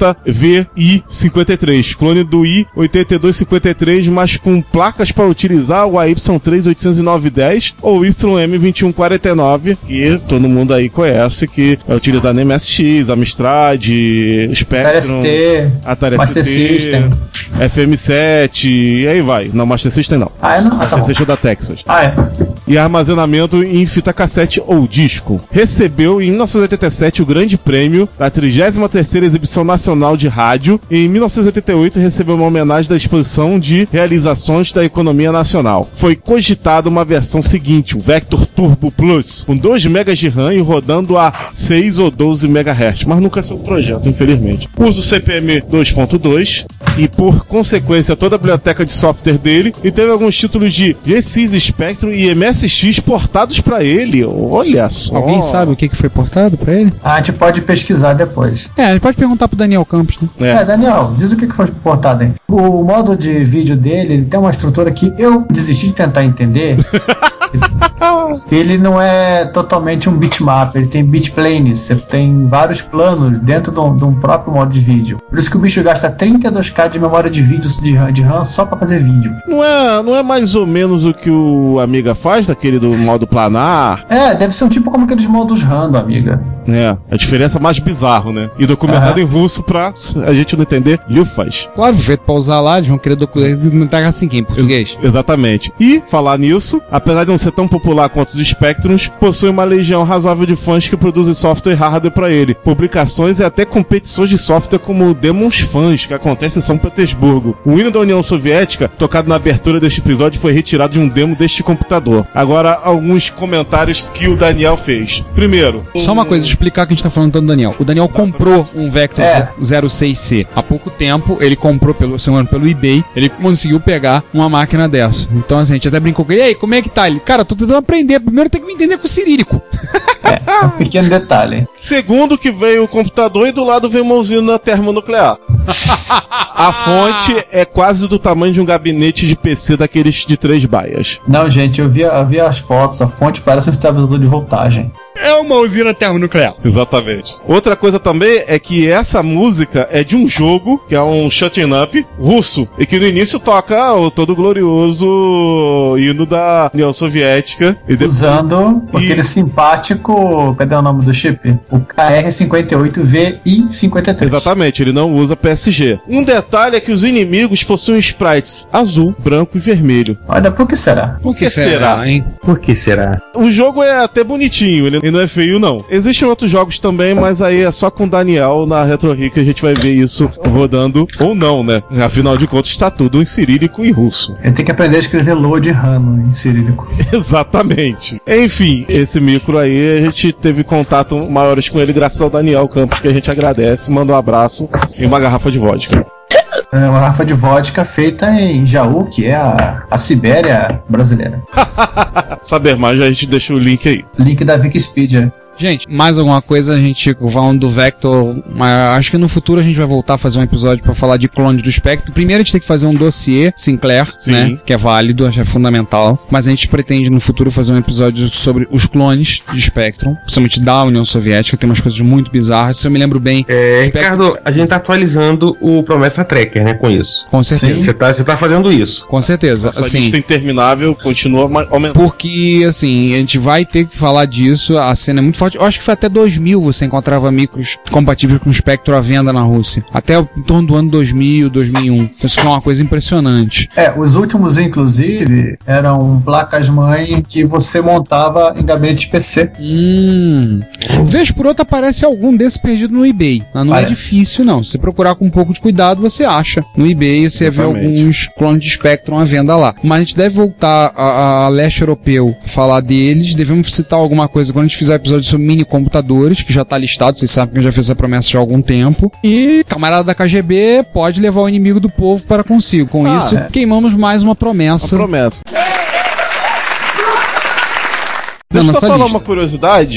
oitenta V I cinquenta e três, clone do I oitenta e dois cinquenta e três, mas com placas para utilizar o A Y três oitocentos e nove dez ou Y M vinte e um quarenta e nove, que todo mundo aí conhece, que é utilizado na M S X, Amstrad, Spectrum, Atari S T, System, F M sete, e aí vai. Não, Master System não. Ah, é? Não? Ah, Master tá System é da Texas. Ah, é? E armazenamento em fita cassete ou disco. Recebeu em mil novecentos e oitenta e sete o grande prêmio da trigésima terceira Exibição Nacional de Rádio e em mil novecentos e oitenta e oito recebeu uma homenagem da Exposição de Realizações da Economia Nacional. Foi cogitada uma versão seguinte, o Vector Turbo Plus, com dois megas de RAM e rodando a seis ou doze megahertz, mas nunca saiu o projeto, infelizmente. Usa o C P M dois ponto dois e, por consequência, toda a biblioteca de software dele, e teve alguns títulos de G S I Spectrum e M S X portados pra ele. Olha só. Alguém sabe o que que foi portado pra ele? Ah, a gente pode pesquisar depois. É, a gente pode perguntar pro Daniel Campos, né? É, é Daniel, diz o que que foi portado aí. O modo de vídeo dele, ele tem uma estrutura que eu desisti de tentar entender. Ele não é totalmente um bitmap, ele tem bitplanes, você tem vários planos dentro de um, de um próprio modo de vídeo. Por isso que o bicho gasta trinta e dois K de memória de vídeo de RAM, de RAM só pra fazer vídeo. Não é, não é mais ou menos o que o Amiga faz, daquele do modo planar? É, deve ser um tipo como aqueles modos RAM do Amiga. É, a diferença mais bizarro, né? E documentado uhum. em russo pra a gente não entender, e o faz. Claro, feito pra usar lá, eles vão querer documentar assim em português. Ex- exatamente. E, falar nisso, apesar de não ser tão popular quanto os Spectrums, possui uma legião razoável de fãs que produzem software e hardware pra ele. Publicações e até competições de software como o Demons Fans, que acontece em São Petersburgo. O hino da União Soviética, tocado na abertura deste episódio, foi retirado de um demo deste computador. Agora, alguns comentários que o Daniel fez. Primeiro... Só uma coisa, explicar que a gente tá falando do Daniel. O Daniel Exatamente. comprou um Vector é. zero seis C. Há pouco tempo, ele comprou pelo, semana, pelo eBay, ele conseguiu pegar uma máquina dessa. Então, assim, a gente até brincou com ele. E aí, como é que tá? Ele, cara, tô tentando aprender. Primeiro tem que me entender com o cirílico. É, um pequeno detalhe. Segundo que veio o computador e do lado veio uma usina termonuclear. A fonte é quase do tamanho de um gabinete de P C daqueles de três baias. Não, gente, eu vi, eu vi as fotos, a fonte parece um estabilizador de voltagem. É uma usina termonuclear. Exatamente. Outra coisa também é que essa música é de um jogo, que é um shutting up russo, e que no início toca o todo glorioso hino da União Soviética. E depois... Usando e... aquele simpático, cadê o nome do chip? O K R cinquenta e oito V I cinquenta e três. Exatamente, ele não usa P S G. Um detalhe é que os inimigos possuem sprites azul, branco e vermelho. Olha, por que será? Por que, que será, será, hein? Por que será? O jogo é até bonitinho, ele não é feio, não. Existem outros jogos também, mas aí é só com o Daniel na RetroRi que a gente vai ver isso rodando, ou não, né? Afinal de contas, está tudo em cirílico e russo. Eu tenho que aprender a escrever load RAM em cirílico. Exatamente. Enfim, esse micro aí, a gente teve contato maiores com ele graças ao Daniel Campos, que a gente agradece, manda um abraço e uma garrafa de vodka. É uma garrafa de vodka feita em Jaú, que é a, a Sibéria brasileira. Saber mais, a gente deixa o link aí. Link da Wikipedia. Gente, mais alguma coisa, a gente falando do Vector, mas acho que no futuro a gente vai voltar a fazer um episódio pra falar de clones do Spectrum. Primeiro a gente tem que fazer um dossiê Sinclair, Sim. né, que é válido, acho que é fundamental, mas a gente pretende no futuro fazer um episódio sobre os clones de Spectrum, principalmente da União Soviética, tem umas coisas muito bizarras, se eu me lembro bem. É, Spectrum... Ricardo, a gente tá atualizando o Promessa Tracker, né, com isso. Com certeza. Você tá, você tá fazendo isso. Com certeza. Essa assim, lista interminável continua aumentando. Porque, assim, a gente vai ter que falar disso, a cena é muito forte. Eu acho que foi até dois mil você encontrava micros compatíveis com o Spectrum à venda na Rússia. Até em torno do ano dois mil, dois mil e um. Isso é uma coisa impressionante. É, os últimos, inclusive, eram placas-mãe que você montava em gabinete de P C. Hum. Vez por outra aparece algum desse perdido no eBay. Não Parece. é difícil, não. Se você procurar com um pouco de cuidado, você acha. No eBay você Exatamente. vê alguns clones de Spectrum à venda lá. Mas a gente deve voltar a, a leste europeu, falar deles. Devemos citar alguma coisa quando a gente fizer um episódio sobre mini computadores, que já tá listado, vocês sabem que eu já fiz essa promessa já há algum tempo. E camarada da K G B pode levar o inimigo do povo para consigo. Com ah, isso, é. queimamos mais uma promessa. Uma promessa. Deixa eu só falar lista. uma curiosidade.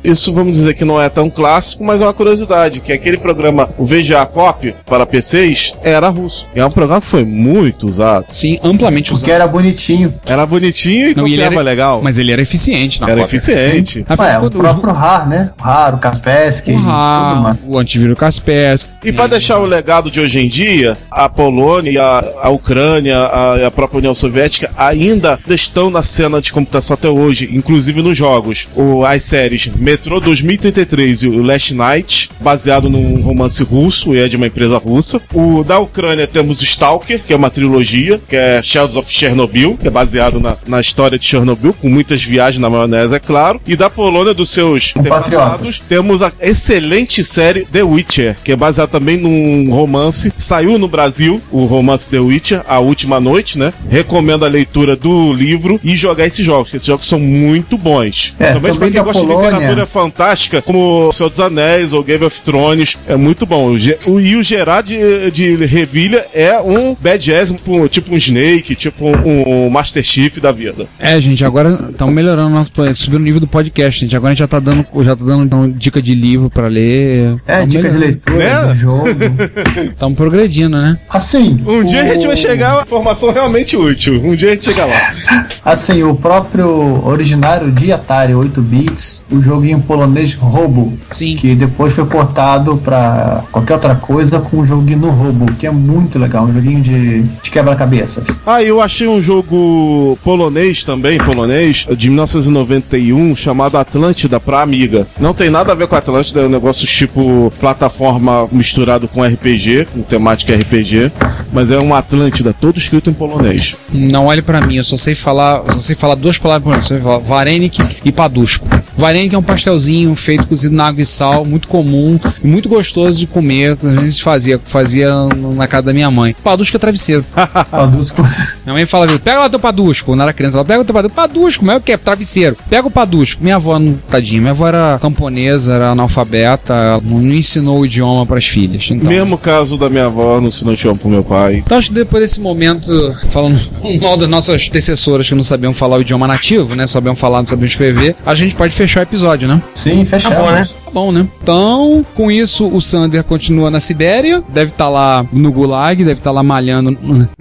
Isso vamos dizer que não é tão clássico, mas é uma curiosidade, que aquele programa, o V G A Cop, para P Cs, era russo. E é um programa que foi muito usado. Sim, amplamente usado. Porque era bonitinho. Era bonitinho e Não, e ele copiava era, legal. Mas ele era eficiente na Era cópia. eficiente. Afinal, Ué, o quando próprio R A R, né? O R A R, o Kaspersky, o tudo R A R, mais. o antivírus Kaspersky. E para deixar o legado de hoje em dia, a Polônia, e a, a Ucrânia, a, a própria União Soviética ainda estão na cena de computação até hoje, inclusive nos jogos. O, as séries Metro dois mil e trinta e três e o Last Night, baseado num romance russo, e é de uma empresa russa. O da Ucrânia temos o Stalker, que é uma trilogia, que é Shadows of Chernobyl, que é baseado na, na história de Chernobyl, com muitas viagens na maionese, é claro. E da Polônia, dos seus antepassados, temos a excelente série The Witcher, que é baseada também num romance. Saiu no Brasil o romance The Witcher, A Última Noite, né? Recomendo a leitura do livro e jogar esses jogos, porque esses jogos são muito bons. É, Principalmente pra quem gosta Polônia. de literatura fantástica, como O Senhor dos Anéis ou Game of Thrones, é muito bom. O, Ge- o, e o Gerard de, de Revilha é um badass, um, tipo um Snake, tipo um, um Master Chief da vida. É, gente, agora estamos melhorando, subindo o nível do podcast, gente. Agora a gente já tá dando, já tá dando então, dica de livro pra ler. É, Tamo dicas de melhorando. leitura, Né? do jogo. Estamos progredindo, né? Assim. Um o... dia a gente vai chegar a informação realmente útil. Um dia a gente chega lá. Assim, o próprio originário de Atari oito bits, o joguinho polonês Robo. Sim. Que depois foi portado pra qualquer outra coisa com o joguinho no Robo, que é muito legal. Um joguinho de, de quebra-cabeças. Ah, eu achei um jogo polonês também, polonês, de mil novecentos e noventa e um, chamado Atlântida pra Amiga. Não tem nada a ver com Atlântida, é um negócio tipo plataforma misturado com R P G, com temática R P G, mas é um Atlântida todo escrito em polonês. Não olhe pra mim, eu só sei falar, eu só sei falar duas palavras por você, varenik e padushko. Varenik é um pastelzinho feito cozido na água e sal, muito comum e muito gostoso de comer. Às vezes fazia, fazia na casa da minha mãe. Padushko é travesseiro. Padusco. Minha mãe fala, pega lá teu padushko. Quando era criança, ela pega o teu padushko. Padushko, mas é o que? Travesseiro. Pega o padushko. Minha avó, tadinha, minha avó era camponesa, era analfabeta, ela não ensinou o idioma pras filhas. Então, Mesmo caso da minha avó, não ensinou idioma pro meu pai. então acho que depois desse momento, falando mal das nossas antecessoras que não sabiam falar o idioma nativo, né? Sabiam falar, não sabiam escrever, a gente pode fechar o episódio, né? Sim, fechamos. Tá bom, né? Tá bom, né? Então, com isso, o Sander continua na Sibéria, deve estar lá no Gulag, deve estar lá malhando.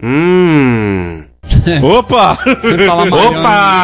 Hum. Opa! Deve estar lá malhando.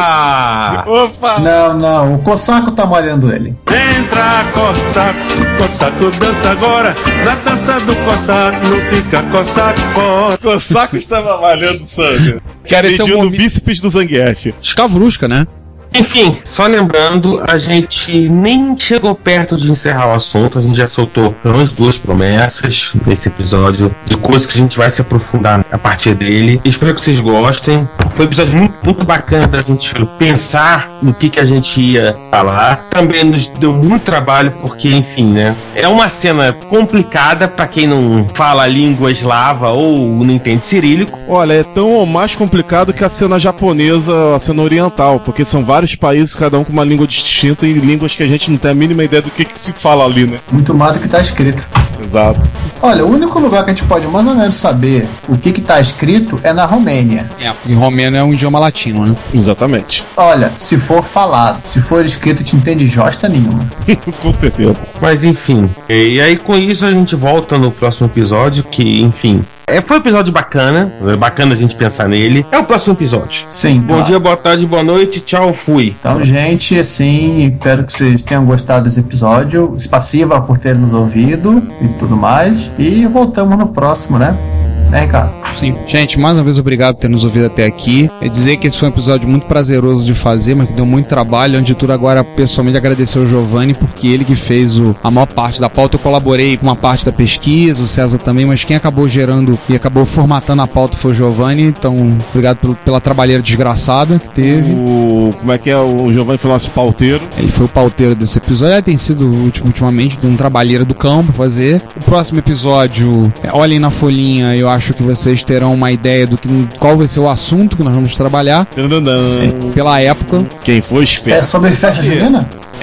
Opa! Opa! Não, não, o Cossaco tá molhando ele. Entra, Cossaco, Cossaco dança agora. Na dança do Cossaco, não fica Cossaco fora. O saco estava malhando o Sander. Cara, esse é o Medindo o momento. bíceps do Zangief. Escavrusca, né? Enfim, só lembrando, a gente nem chegou perto de encerrar o assunto, a gente já soltou pelo menos duas promessas nesse episódio, de coisas que a gente vai se aprofundar a partir dele. Espero que vocês gostem. Foi um episódio muito, muito bacana da gente pensar no que, que a gente ia falar. Também nos deu muito trabalho, porque, enfim, né? É uma cena complicada para quem não fala língua eslava ou não entende cirílico. Olha, é tão ou mais complicado que a cena japonesa, a cena oriental, porque são vários países, cada um com uma língua distinta e línguas que a gente não tem a mínima ideia do que, que se fala ali, né? Muito mais do que tá escrito. Exato. Olha, o único lugar que a gente pode mais ou menos saber o que que tá escrito é na Romênia. É, porque romeno é um idioma latino, né? Exatamente. Olha, se for falado, se for escrito, te entende josta nenhuma. Com certeza. Mas enfim, e aí com isso a gente volta no próximo episódio, que enfim, é, foi um episódio bacana, é bacana a gente pensar nele. É o próximo episódio. Sim, Bom claro. dia, boa tarde, boa noite, tchau, fui. Então, gente, assim, espero que vocês tenham gostado desse episódio. Espassiva por ter nos ouvido e tudo mais. E voltamos no próximo, né? É, Ricardo? Sim. Gente, mais uma vez obrigado por ter nos ouvido até aqui. É dizer que esse foi um episódio muito prazeroso de fazer, mas que deu muito trabalho. Antes de tudo, agora, pessoalmente, agradecer ao Giovanni, porque ele que fez o, a maior parte da pauta. Eu colaborei com uma parte da pesquisa, o César também, mas quem acabou gerando e acabou formatando a pauta foi o Giovanni. Então, obrigado pelo, pela trabalheira desgraçada que teve. O, como é que é? O Giovanni foi nosso pauteiro. Ele foi o pauteiro desse episódio. Ele tem sido, ultimamente, tem um trabalheiro do campo pra fazer. O próximo episódio, é, olhem na folhinha, eu acho que vocês terão uma ideia do que, qual vai ser o assunto que nós vamos trabalhar. Tadadã. Pela época. Quem foi É esperto. sobre festa junina?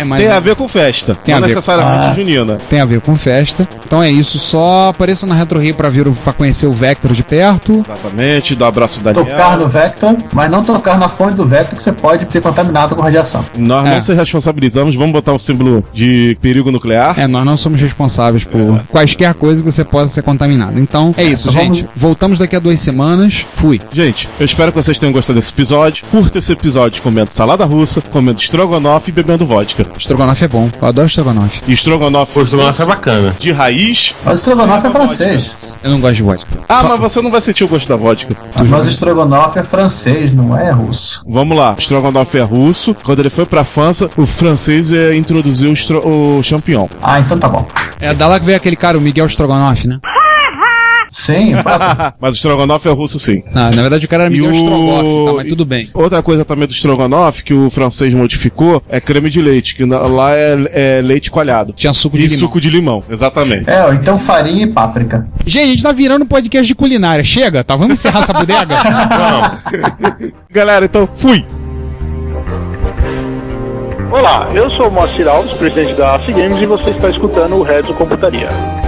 É mais Tem um- a ver com festa, Tem não a ver- necessariamente Ah. junina. Tem a ver com festa. Então é isso. Só apareça na Retro Rio pra, vir, o- pra conhecer o Vector de perto. Exatamente, dá um abraço Daniel. Tocar no Vector, mas não tocar na fonte do Vector, que você pode ser contaminado com radiação. Nós É. não se responsabilizamos, vamos botar um símbolo de perigo nuclear. É, nós não somos responsáveis por quaisquer coisa que você possa ser contaminado. Então é isso, então gente. Voltamos daqui a duas semanas. Fui. Gente, eu espero que vocês tenham gostado desse episódio. Curta esse episódio comendo salada russa, comendo estrogonofe e bebendo vodka. Estrogonofe é bom. Eu adoro estrogonofe. E estrogonofe O estrogonofe é bacana. de raiz. Mas o estrogonofe é francês. Eu não gosto de vodka. Ah, mas você não vai sentir o gosto da vodka. Mas o estrogonofe é francês, não é russo. Vamos lá, o estrogonofe é russo. Quando ele foi pra França, o francês é, introduziu o, estro- o champignon. Ah, então tá bom. É da lá que veio aquele cara, o Miguel Strogonoff, né? Sim, Mas o estrogonofe é russo, sim. Ah, na verdade o cara era E Miguel o- Strogoff, tá, mas tudo bem. Outra coisa também do estrogonofe que o francês modificou é creme de leite, que na- lá é, é leite coalhado. Tinha suco de E limão. suco de limão, exatamente. é, ó, então farinha e páprica. Gente, a gente tá virando um podcast de culinária. Chega, tá? Vamos encerrar essa bodega? Vamos. Galera, então, fui! Olá, eu sou o Moacir Alves, presidente da A C Games, e você está escutando o Retro Computaria.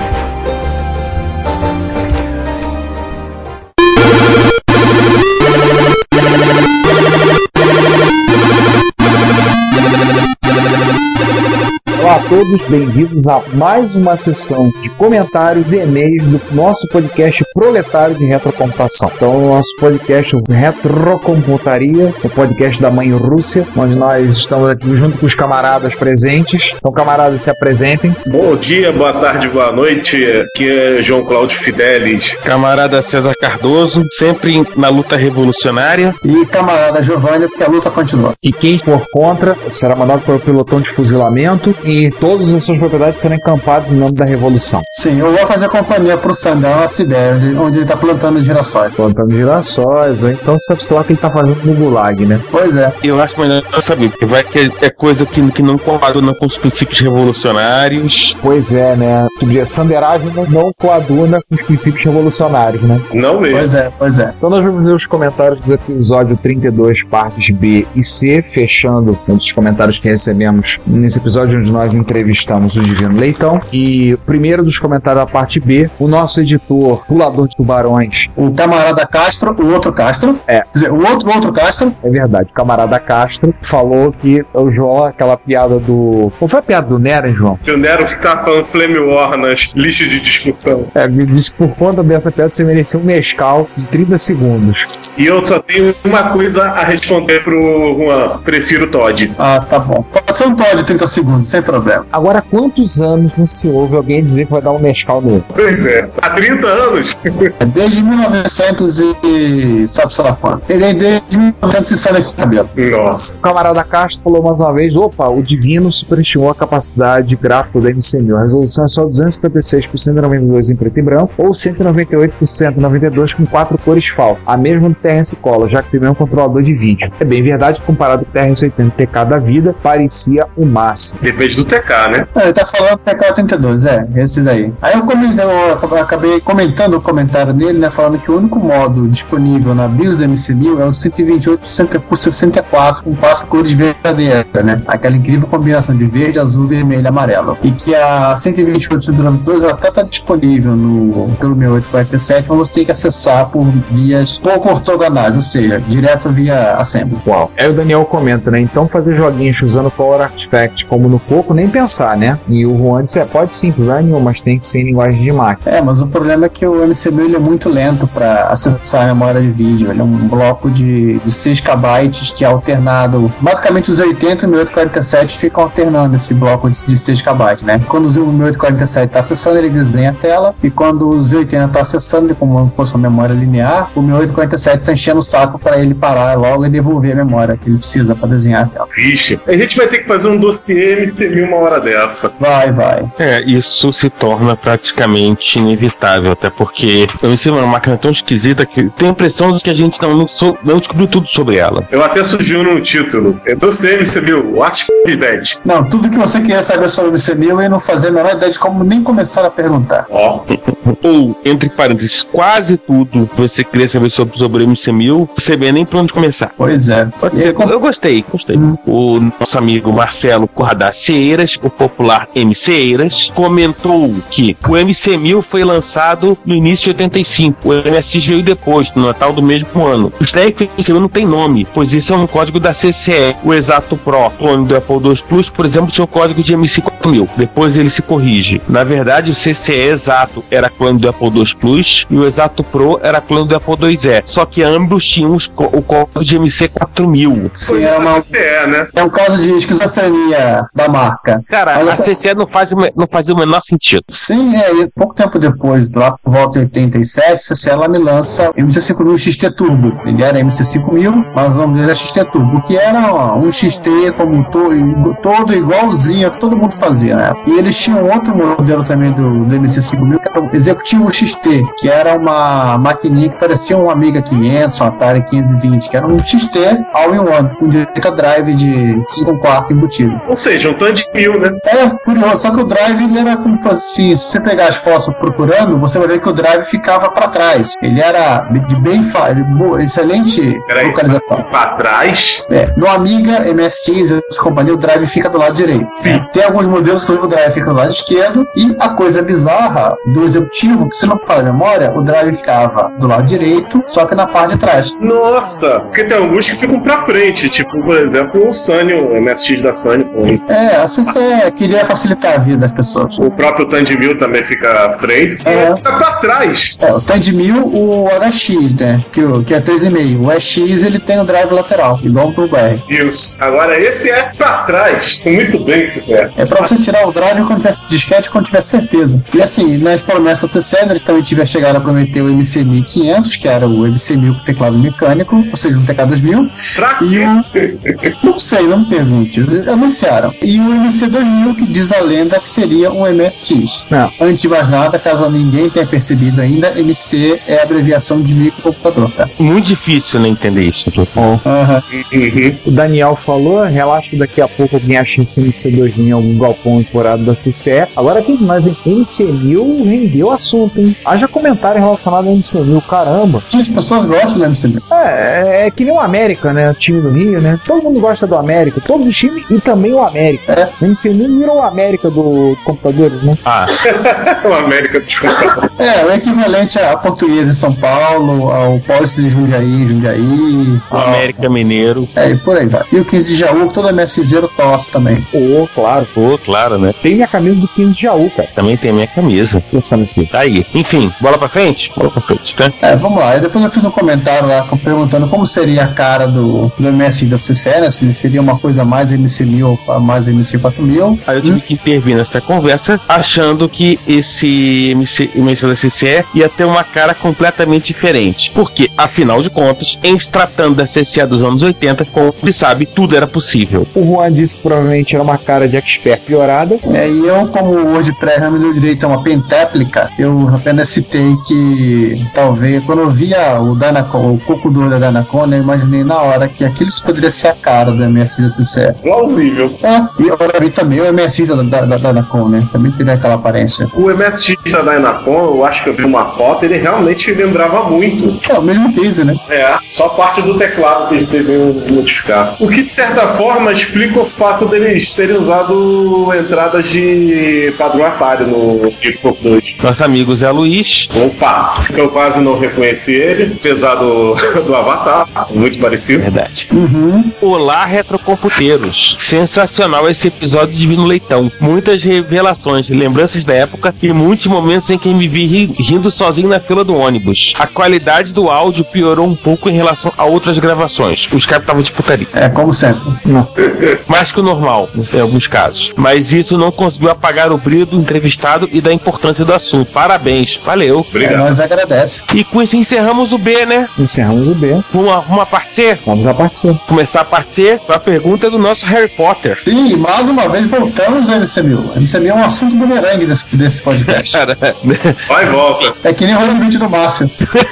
Olá a todos, bem-vindos a mais uma sessão de comentários e e-mails do nosso podcast Proletário de Retrocomputação. Então, o nosso podcast Retrocomputaria, o podcast da mãe Rússia, onde nós estamos aqui junto com os camaradas presentes. Então, camaradas, se apresentem. Bom dia, boa tarde, boa noite. Aqui é João Cláudio Fidelis. Camarada César Cardoso, sempre na luta revolucionária. E camarada Giovanni, porque a luta continua. E quem for contra será mandado para o pelotão de fuzilamento e todas as suas propriedades serão encampadas em nome da Revolução. Sim, eu vou fazer companhia pro Sandão na Sibéria, onde- onde ele tá plantando girassóis. Plantando girassóis, ou então sabe sei lá o que ele tá fazendo no Gulag, né? Pois é. Eu acho melhor não saber, porque vai que é coisa que, que não coaduna com os princípios revolucionários. Pois é, né? Sanderagem não, não coaduna com os princípios revolucionários, né? Não mesmo. Pois é, pois é. Então nós vamos ler os comentários do episódio trinta e dois, partes B e C, fechando um dos comentários que recebemos nesse episódio onde nós entrevistamos o Divino Leitão. E o primeiro dos comentários da parte B, o nosso editor, Pulador de Tubarões, O camarada Castro, o outro Castro. É. Quer dizer, o outro, o outro Castro. é verdade, o camarada Castro, falou que o João, aquela piada do... Qual foi a piada do Nero, hein, João? Que o Nero ficava falando Flame War nas listas de discussão. É, me disse que por conta dessa piada você merecia um Nescau de trinta segundos. E eu só tenho uma coisa a responder pro Juan. Prefiro Todd. Ah, tá bom. Pode ser um Todd de trinta segundos, sem problema. Agora, quantos anos não se ouve alguém dizer que vai dar um Nescau novo? Pois é. Há trinta anos. Desde mil e novecentos e... sabe sei lá quando. Ele é desde mil e novecentos e sai daqui de cabelo. Nossa. O camarada Castro falou mais uma vez, opa, o Divino superestimou a capacidade gráfica do M C mil. A resolução é só duzentos e cinquenta e seis por cento noventa e dois em preto e branco, ou cento e noventa e oito por cento noventa e dois com quatro cores falsas. A mesma do T R S Cola, já que tem um controlador de vídeo. É bem verdade que comparado com o T R S oitenta T K da vida, parecia o máximo. Depende do T K, né? Não, ele tá falando P K oitenta e dois, é, esse daí. Aí eu, comentei, eu acabei comentando o comentário dele, né, falando que o único modo disponível na BIOS do M C mil é o cento e vinte e oito por sessenta e quatro, com quatro cores verdadeiras, né? Aquela incrível combinação de verde, azul, vermelho e amarelo. E que a cento e vinte e oito por cento noventa e dois ela até tá disponível no, pelo sessenta e oito quarenta e sete, mas você tem que acessar por vias pouco ortogonais, ou seja, direto via Assembly. Uau. Aí o Daniel comenta, né? Então fazer joguinhos usando Power Artifact como no Coco, nem pensar, né? E o Juan disse, é, pode sim, problema nenhum, mas tem que ser em linguagem de máquina. É, mas o problema é que o M C mil ele é muito lento para acessar a memória de vídeo. Ele é um bloco de, de seis kibytes que é alternado. Basicamente os oitenta e o mil oitocentos e quarenta e sete ficam alternando esse bloco de, de seis kibytes, né? Quando o mil oitocentos e quarenta e sete está acessando, ele desenha a tela. E quando o Z oitenta está acessando, como se fosse uma memória linear, o mil oitocentos e quarenta e sete está enchendo o saco para ele parar logo e devolver a memória que ele precisa para desenhar a tela. Vixe. A gente vai ter que fazer um dossiê M C mil uma hora dessa. Vai, vai. É, isso se torna praticamente inevitável, até porque eu ensino uma máquina tão esquisita que tem a impressão de que a gente não, não, sou- não descobriu tudo sobre ela. Eu até surgiu no título. É dossiê M C mil. What is that? Não, tudo que você queria saber sobre o M C mil e não fazer a menor ideia de como nem começaram a perguntar. Ó. Ou, entre parênteses, quase tudo que você queria saber sobre, sobre o M C mil, você vê nem pra onde começar. Pois é. Pode ser. Eu gostei, gostei. Hum. O nosso amigo Marcelo Corradacci Eiras, o popular M C Eiras, comentou que o M C mil foi lançado no início de oitenta e cinco. O M S X veio depois, no Natal do mesmo ano. O estranho é que o M C mil não tem nome, pois isso é um código da C C E. O Exato Pro, clone do Apple dois Plus, por exemplo, tinha o código de M C quatro mil. Depois ele se corrige. Na verdade, o C C E Exato era clone do Apple dois Plus e o Exato Pro era clone do Apple dois E. Só que ambos tinham os, o código de M C quatro mil. Sim, é, uma, C C E, né? É um caso de esquizofrenia da marca. Cara, Olha a essa... C C E não faz, não fazia o menor sentido. Sim, é, e pouco tempo depois, lá por volta de oitenta e sete, a C C E ela me lança o M C cinco mil X T Turbo. Ele era M C cinco mil, mas o nome dele era X T Turbo, que era ó, um X T como to, todo igualzinho que todo mundo fazia, né? E eles tinham outro modelo também do, do M C cinco mil, que era o Executivo X T, que era uma maquininha que parecia um Amiga quinhentos, um Atari quinhentos e vinte, que era um X T all-in-one, com direito a drive de cinco quartos embutido. Ou seja, um tanto de mil, né? É, curioso, só que o drive ele era como se fosse assim, se você pegar as fotos procurando, você vai ver que o drive ficava para trás. Ele era de bem fa- de boa, excelente Peraí, localização. Para trás? É, no Amiga, M S X, essa companhia, o drive fica do lado direito. Sim. Tem alguns modelos que o drive fica do lado esquerdo, e a coisa bizarra do Executivo, que se não fala a memória, o drive ficava do lado direito, só que na parte de trás. Nossa, porque tem alguns que ficam pra frente, tipo, por exemplo, o Sunny, o M S X da Sunny. É, a C C E queria facilitar a vida das pessoas. O próprio Tandemil também fica à frente, é. fica pra trás. É, o Tandemil, o H X, né, que, que é três vírgula cinco. O E X, ele tem o drive lateral, igual pro B R. Isso. Agora, esse é pra trás, muito bem, se quiser. É pra você tirar o drive quando tiver disquete, quando tiver certeza. E assim, nas promessas C C E, eles também tiveram chegar a prometer o M C mil e quinhentos, que era o M C mil com teclado mecânico, ou seja, um T K dois mil. Pra e o... Não sei, não me pergunte. Eles anunciaram. E o M C dois mil, que diz a lenda que seria um M S X. Não. Antes de mais nada, caso ninguém tenha percebido ainda, M C é a abreviação de microcomputador, tá? Muito difícil, né, entender isso. Oh. Uhum. Uhum. O Daniel falou, relaxa que daqui a pouco alguém acha esse M C dois mil em algum galpão emporado da C C E. Agora tem mais, hein? M C mil rendeu assunto, hein? Haja comentário relacionado ao M C mil, caramba. As pessoas gostam do M C mil. É, é, é que nem o América, né? O time do Rio, né? Todo mundo gosta do América, todos os times e também o América. É. O M C mil virou o América do computador, né? Ah. O América dos computadores. É, o equivalente a Portuguesa em São Paulo, ao Paulista de Jundiaí, Jundiaí. O América Mineiro. É, e por aí vai. E o quinze de Jaú, que todo M S zero torce também. Ô, oh, claro. Ô, oh, claro, né? Tem minha camisa do quinze de Jaú, cara. Também tem a minha camisa. Pensando aqui. Tá aí. Enfim, bola pra frente? Bola pra frente, tá? É, vamos lá. E depois eu fiz um comentário lá perguntando como seria a cara do, do M S da C C E, né? Se ele seria uma coisa mais M C mil ou mais M C quatro mil. Aí eu tive hum. que intervir nessa conversa, achando que esse M C, M S da C C E ia ter uma cara completamente diferente. Porque, afinal de contas, em se tratando da C C E dos anos oitenta, como se sabe, tudo era possível. O Juan disse que provavelmente era uma cara de expert piorada. É, e eu, como hoje pré-ramo do direito é uma pentéplica, eu apenas citei que talvez, quando eu via o Dynacon, o cocudor da Dynacon, eu imaginei na hora que aquilo poderia ser a cara do M S da C C E. Plausível. É, e eu vi também o M S da, da, da Dynacon, né? Também teria aquela aparência. O M S X da Dynacon, eu acho que eu vi uma foto, ele realmente lembrava muito. É, o mesmo case, né? É, só parte do teclado que eles deviam modificar. O que, de certa forma, explica o fato deles terem usado entradas de padrão Atari no Pico dois. Nosso amigo Zé Luiz. Opa! Eu quase não reconheci ele, apesar do, do Avatar, muito parecido. Verdade. Uhum. Olá, retrocomputeiros. Sensacional esse episódio de Divino Leitão. Muitas revelações, lembranças da época e muitos momentos em que me vi ri, rindo sozinho na fila do ônibus. A qualidade do áudio piorou um pouco em relação a outras gravações. Os caras estavam de putaria. É, como sempre. Não. Mais que o normal, em alguns casos. Mas isso não conseguiu apagar o brilho do entrevistado e da importância do assunto. Parabéns. Valeu. Obrigado. É, nós agradecemos. E com isso encerramos o B, né? Encerramos o B. Vamos a, vamos a parte C? Vamos a parte C. Começar a parte C com a pergunta do nosso Harry Potter. Sim, mais uma vez voltamos ao M C mil. M C mil é um assunto bumerangue desse, desse podcast. Cara, vai e volta. É que nem o Rosebit do Márcio.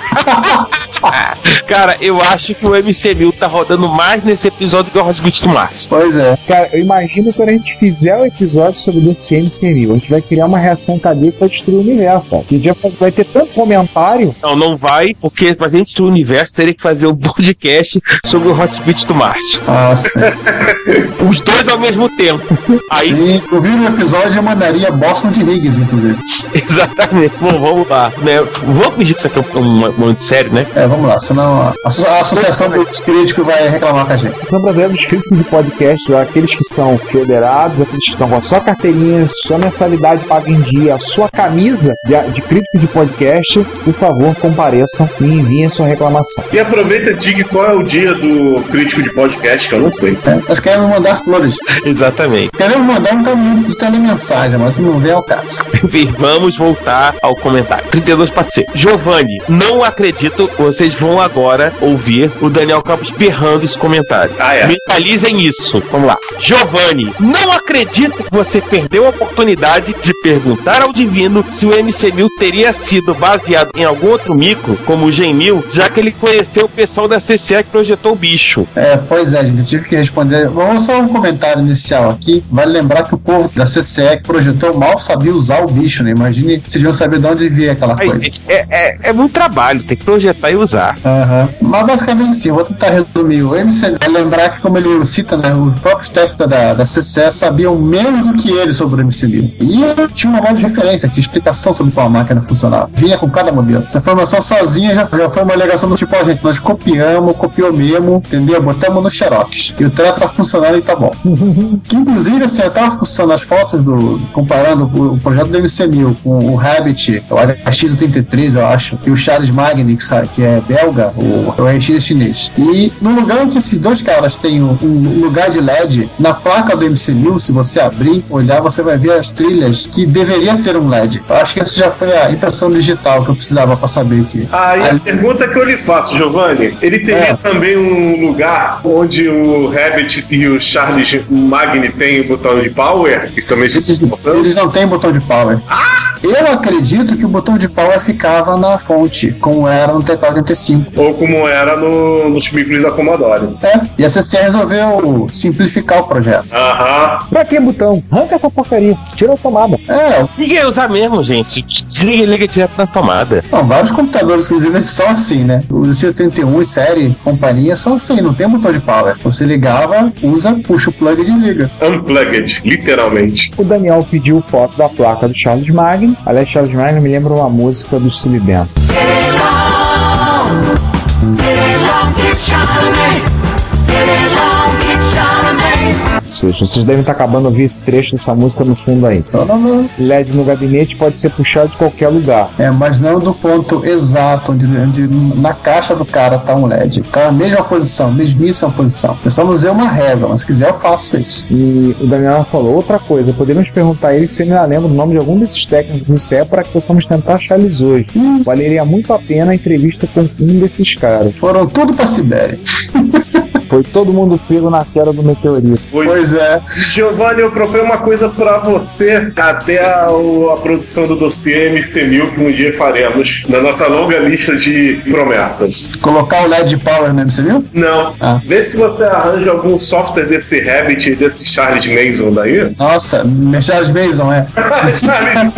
Cara, eu acho que o M C mil tá rodando mais nesse episódio que o Rosebit do Márcio. Pois é. Cara, eu imagino quando a gente fizer o episódio sobre o dossiê M C mil. gente vai criar uma reação em cadeia que vai destruir o universo, cara. Que dia vai ter tanto comentário. Não, não vai, porque pra gente destruir o universo teria que fazer um podcast sobre o Hot Speed do Márcio. Nossa. Os dois ao mesmo tempo. Aí... Sim, eu vi no episódio eu mandaria Boston de Higgs, inclusive. Exatamente. Bom, vamos lá. Né? Vamos fingir que isso aqui é um momento sério, né? É, vamos lá. Senão a, a Associação dos Críticos vai reclamar com a gente. Associação Brasileira dos Críticos de Podcast, aqueles que são federados, aqueles que estão com a sua carteirinha, sua mensalidade paga em dia, a sua camisa de, de crítico de podcast, por favor, compareçam e enviem a sua reclamação. E aproveita e diga qual é o dia do crítico de podcast, que eu não sei. É, nós queremos mandar flores. Exatamente. Queremos mandar um caminho de telemensagem, mas se não vê, é o caso. Vamos voltar ao comentário. trinta e dois pode ser. Giovanni, não acredito, vocês vão agora ouvir o Daniel Campos berrando esse comentário. Ah, é. Mentalizem isso. Vamos lá. Giovanni, não acredito que você perdeu a oportunidade de perguntar ao Divino se o M C mil teria sido baseado em algum outro micro, como o Gen mil, já que ele conheceu o pessoal da C C E que projetou o bicho. É, pois é, gente, eu tive que responder. Vamos só um comentário inicial aqui. Vale lembrar que o povo da C C E que projetou mal sabia usar o bicho, né? Imagine se deviam saber de onde via aquela Aí, coisa. É, é, é muito trabalho, tem que projetar e usar. Aham. Uhum. Mas basicamente assim, vou tentar resumir. O M C mil, vale lembrar que, como ele cita, né, os próprios técnicos da, da C C E sabiam menos do que ele sobre o M C mil. E tinha uma modo de referência, tinha explicação sobre como a máquina funcionava. Vinha com cada modelo. Essa informação sozinha já, já foi uma alegação do tipo, ó, gente, nós copiamos, copiou mesmo, entendeu? Botamos no Xerox. E o treco tá funcionando e tá bom. Que inclusive, assim, eu tava funcionando as fotos do. Comparando o, o projeto do M C mil com o Rabbit, o H X oitenta e três, eu acho, e o Charles Magny, que, sabe, que é belga, o, o R X é chinês. E no lugar em que esses dois caras têm um, um lugar de L E D, na placa do M C mil, se você abrir, olhar, você vai ver as trilhas que deveria ter um L E D. Eu acho que essa já foi a impressão digital que eu precisava pra saber que. Ah, e a pergunta que eu lhe faço, Giovanni, ele teria é. também um lugar onde o Rabbit e o Charles Magny têm o botão de power? Que também eles, eles não têm botão de power. Ah! Eu acredito que o botão de power ficava na fonte, como era no teclado oitenta e cinco. Ou como era no, nos micros da Commodore. É, e a C C E resolveu simplificar o projeto. Aham. Pra que botão? Arranca essa porcaria, tira a tomada. É. Ninguém usar mesmo, gente. Desliga e liga direto na tomada. Não, vários computadores, inclusive, são assim, né? O C oitenta e um e série, companhia, são assim, não tem botão de power. Você ligava, usa, puxa o plug e desliga. Unplugged, literalmente. O Daniel pediu foto da placa do Charles Magny. Aliás, Charles Magny me lembra uma música do Silly Band. Ou seja, vocês devem estar acabando de ouvir esse trecho dessa música no fundo aí. L E D no gabinete pode ser puxado de qualquer lugar. É, mas não do ponto exato, onde, onde na caixa do cara tá um L E D. Cara, mesma posição, mesmíssima posição. Eu só não usei uma régua, mas se quiser eu faço isso. E o Daniel falou outra coisa, podemos perguntar a ele se ele ainda lembra o nome de algum desses técnicos do C E para que possamos tentar achá-los hoje. Hum. Valeria muito a pena a entrevista com um desses caras. Foram tudo pra Sibéria. Foi todo mundo pego na queda do meteorito. Pois é. Giovanni, eu proponho uma coisa pra você até a, a produção do dossiê M C mil que um dia faremos na nossa longa lista de promessas. Colocar o L E D Power no M C mil? Não. Ah. Vê se você arranja algum software desse Rabbit, desse Charles Mason daí. Nossa, Charles Mason, é. Charles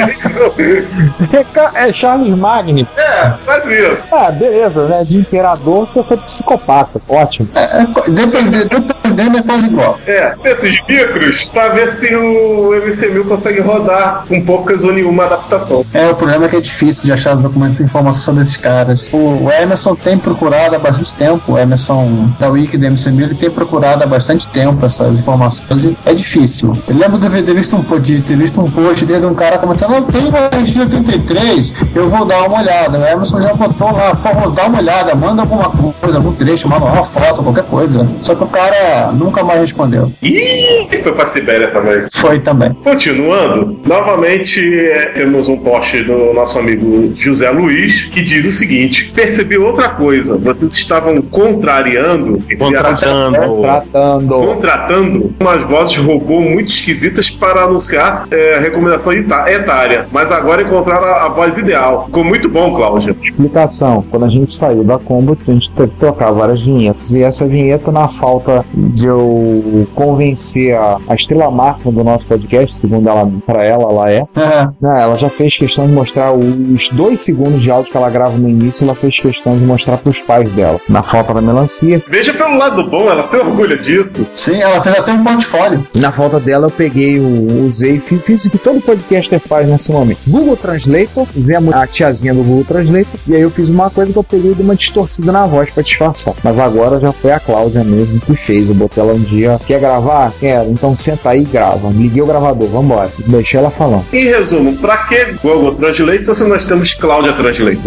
Mason. É Charles Magny. É, faz isso. Ah, beleza, né? De imperador você foi psicopata. Ótimo. É, é, dependendo, dependendo é quase igual. É, desses micros, pra ver se o M C mil consegue rodar com poucas ou nenhuma adaptação. É, o problema é que é difícil de achar documentos e informações sobre esses caras. O, o Emerson tem procurado há bastante tempo, o Emerson da Wiki do M C mil, ele tem procurado há bastante tempo essas informações e é difícil. Eu lembro de ter visto um, de ter visto um post dele de um cara comentando, não tem o R X oitenta e três, eu vou dar uma olhada. O Emerson já botou lá, pô, vou dar uma olhada, manda alguma coisa, algum trecho, manda uma foto, qualquer coisa. Só que o cara nunca mais respondeu. Ih, foi pra Sibéria também. Foi também. Continuando, novamente é, temos um post do nosso amigo José Luiz que diz o seguinte: percebi outra coisa, vocês estavam contrariando, contratando, contratando, contratando umas vozes robô muito esquisitas para anunciar é, recomendação etária, mas agora encontraram a, a voz ideal. Ficou muito bom, Cláudia. Explicação: quando a gente saiu da Combo, a gente teve que trocar várias vinhetas e essa vinheta Exceto na falta de eu convencer a, a estrela máxima do nosso podcast, segundo ela, pra ela, ela é. Uhum. Não, ela já fez questão de mostrar os dois segundos de áudio que ela grava no início, ela fez questão de mostrar pros pais dela. Na falta da melancia. Veja pelo lado bom, ela se orgulha disso. Sim, ela fez até um portfólio. Na falta dela, eu peguei, o, usei, fiz, fiz o que todo podcaster faz nesse momento. Google Translator, usei a, a tiazinha do Google Translator, e aí eu fiz uma coisa que eu peguei de uma distorcida na voz pra disfarçar. Mas agora já foi a Cláudia mesmo que fez. Eu botei ela um dia, quer gravar? Quero, então senta aí e grava. Liguei o gravador, vambora. Deixei ela falando. Em resumo, pra que Google Translator se nós temos Cláudia Translator?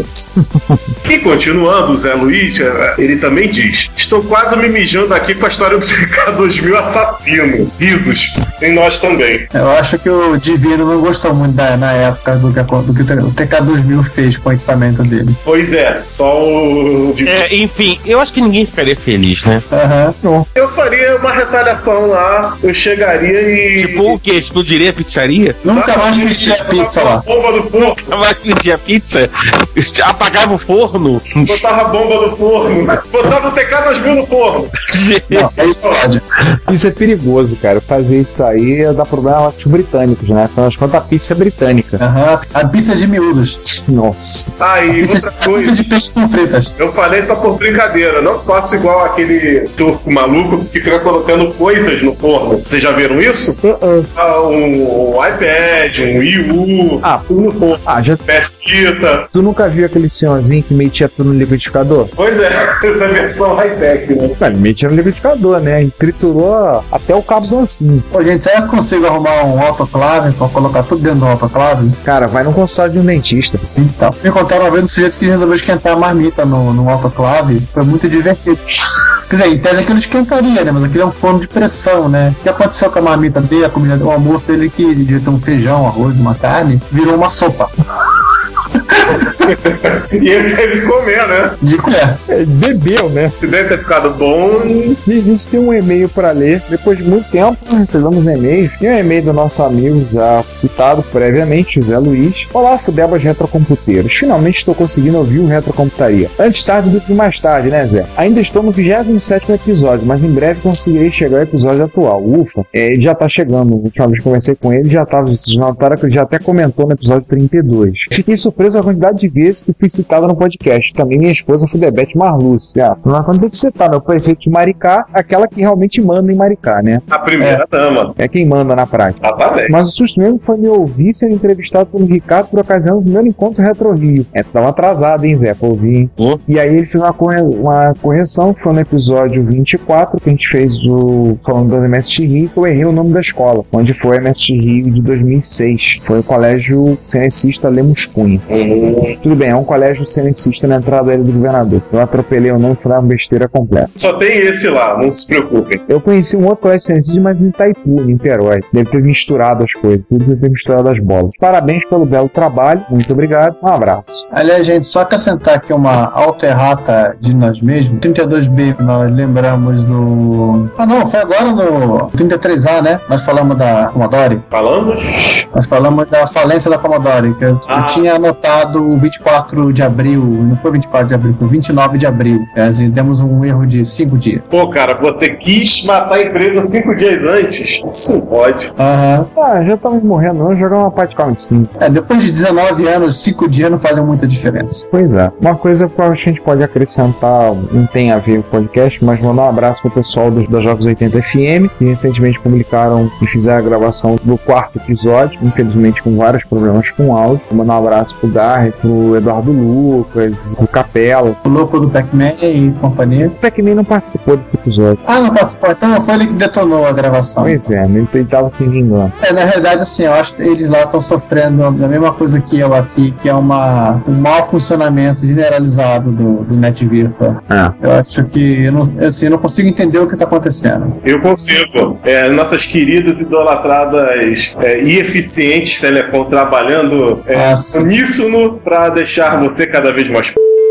E continuando, o Zé Luiz, ele também diz: estou quase me mijando aqui com a história do T K dois mil assassino. Risos. Em nós também. Eu acho que o Divino não gostou muito da, na época do que, do que o T K dois mil fez com o equipamento dele. Pois é, só o... É, enfim, eu acho que ninguém ficaria feliz, né? Aham. Uhum. Eu faria uma retaliação lá, eu chegaria e... Tipo o quê? Explodiria a pizzaria? Nunca mais pedia pizza lá. Bomba do forno. Nunca mais pedia pizza? Apagava o forno? Botava a bomba no forno. Botava o T K dois mil no forno. Não, é isso pode. Isso é perigoso, cara. Fazer isso aí dá problema aos britânicos, né? Afinal de contas, a pizza é britânica. Aham. Uhum. A pizza de miúdos. Nossa. Ah, e pizza outra de, coisa. Pizza de peixe com fritas. Eu falei só por brincadeira. Não faço igual aquele turco maluco que fica colocando coisas no forno. Vocês já viram isso? Uh-uh. Ah, um, um iPad, um Wii U, ah, tudo no forno. Ah, já... P S Vita. Tu nunca viu aquele senhorzinho que metia tudo no liquidificador? Pois é, essa é a versão high-tech, né? Cara, ele metia no liquidificador, né? E triturou até o cabo do ancinho. Pô, gente, será que eu consigo arrumar um autoclave pra colocar tudo dentro do autoclave? Cara, vai no consultório de um dentista. Então, me contaram uma vez do sujeito que resolveu esquentar a marmita no, no autoclave. Foi muito divertido. Quer dizer, em tese aquilo esquentaria, né? Mas aquilo é um forno de pressão, né? O que aconteceu com a marmita dele, a comida, o almoço dele, que devia ter um feijão, arroz, uma carne, virou uma sopa. E ele teve que comer, né? De colher. É, bebeu, né? Se deve ter ficado bom. E a gente tem um e-mail para ler. Depois de muito tempo, recebemos e-mails. E um e-mail do nosso amigo, já citado previamente, José Luiz. Olá, Fudebas Retrocomputeiros. Finalmente estou conseguindo ouvir o Retrocomputaria. Antes tarde do que mais tarde, né, Zé? Ainda estou no vigésimo sétimo episódio, mas em breve conseguirei chegar ao episódio atual. Ufa, é, ele já tá chegando. A última vez que conversei com ele, já tava. Vocês notaram que ele já até comentou no episódio trinta e dois. Fiquei surpreso com a quantidade de vezes que fui citado no podcast. Também minha esposa Fudebete Marluce. Ah, quando tem que citar, né? O prefeito de Maricá, aquela que realmente manda em Maricá, né? A primeira é, dama. É quem manda na prática. Ah, tá bem. Mas o susto mesmo foi me ouvir ser entrevistado pelo Ricardo por ocasião do primeiro encontro Retro Rio. É, tá uma atrasada, hein, Zé, pra ouvir, hein? Hum? E aí ele fez uma, corre uma correção, que foi no episódio vinte e quatro, que a gente fez o falando do M S T Rio, que eu errei o nome da escola, onde foi o M S T Rio de dois mil e seis. Foi o Colégio Cenecista Lemos Cunha. Hum. Tudo bem, é um colégio cenecista na entrada da Ilha do Governador. Eu atropelei o nome e falei uma besteira completa. Só tem esse lá, não se preocupem. Eu conheci um outro colégio cenecista, mas em Itaipu, em Niterói. Deve ter misturado as coisas, tudo deve ter misturado as bolas. Parabéns pelo belo trabalho, muito obrigado, um abraço. Aliás, gente, só acrescentar aqui uma auto-errata de nós mesmos. trinta e dois B, nós lembramos do... Ah não, foi agora no trinta e três A, né? Nós falamos da Commodore. Falamos? Nós falamos da falência da Commodore, que eu, ah. eu tinha anotado o vinte e quatro de abril, não foi vinte e quatro de abril, foi vinte e nove de abril. É, assim, demos um erro de cinco dias. Pô, cara, você quis matar a empresa cinco dias antes? Isso não pode. Aham. Uhum. Ah, já estamos morrendo, vamos jogar uma parte calma em cima. É, depois de dezenove anos, cinco dias não fazem muita diferença. Pois é. Uma coisa que a gente pode acrescentar, não tem a ver com o podcast, mas mandar um abraço pro pessoal dos, da Jogos oitenta F M, que recentemente publicaram e fizeram a gravação do quarto episódio, infelizmente com vários problemas com o áudio. Vou mandar um abraço pro Garre, pro Eduardo Lucas, pro Capela. O louco do Pac-Man e companhia. O Pac-Man não participou desse episódio. Ah, não participou? Então foi ele que detonou a gravação. Pois é, ele estava se vingando. É, na realidade, assim, eu acho que eles lá estão sofrendo a mesma coisa que eu aqui, que é uma, um mau funcionamento generalizado do, do NetVirtual. É. Eu acho que eu não, assim, eu não consigo entender o que está acontecendo. Eu consigo. É, nossas queridas idolatradas é, e eficientes Telecom trabalhando é, uníssono para deixar você cada vez mais p...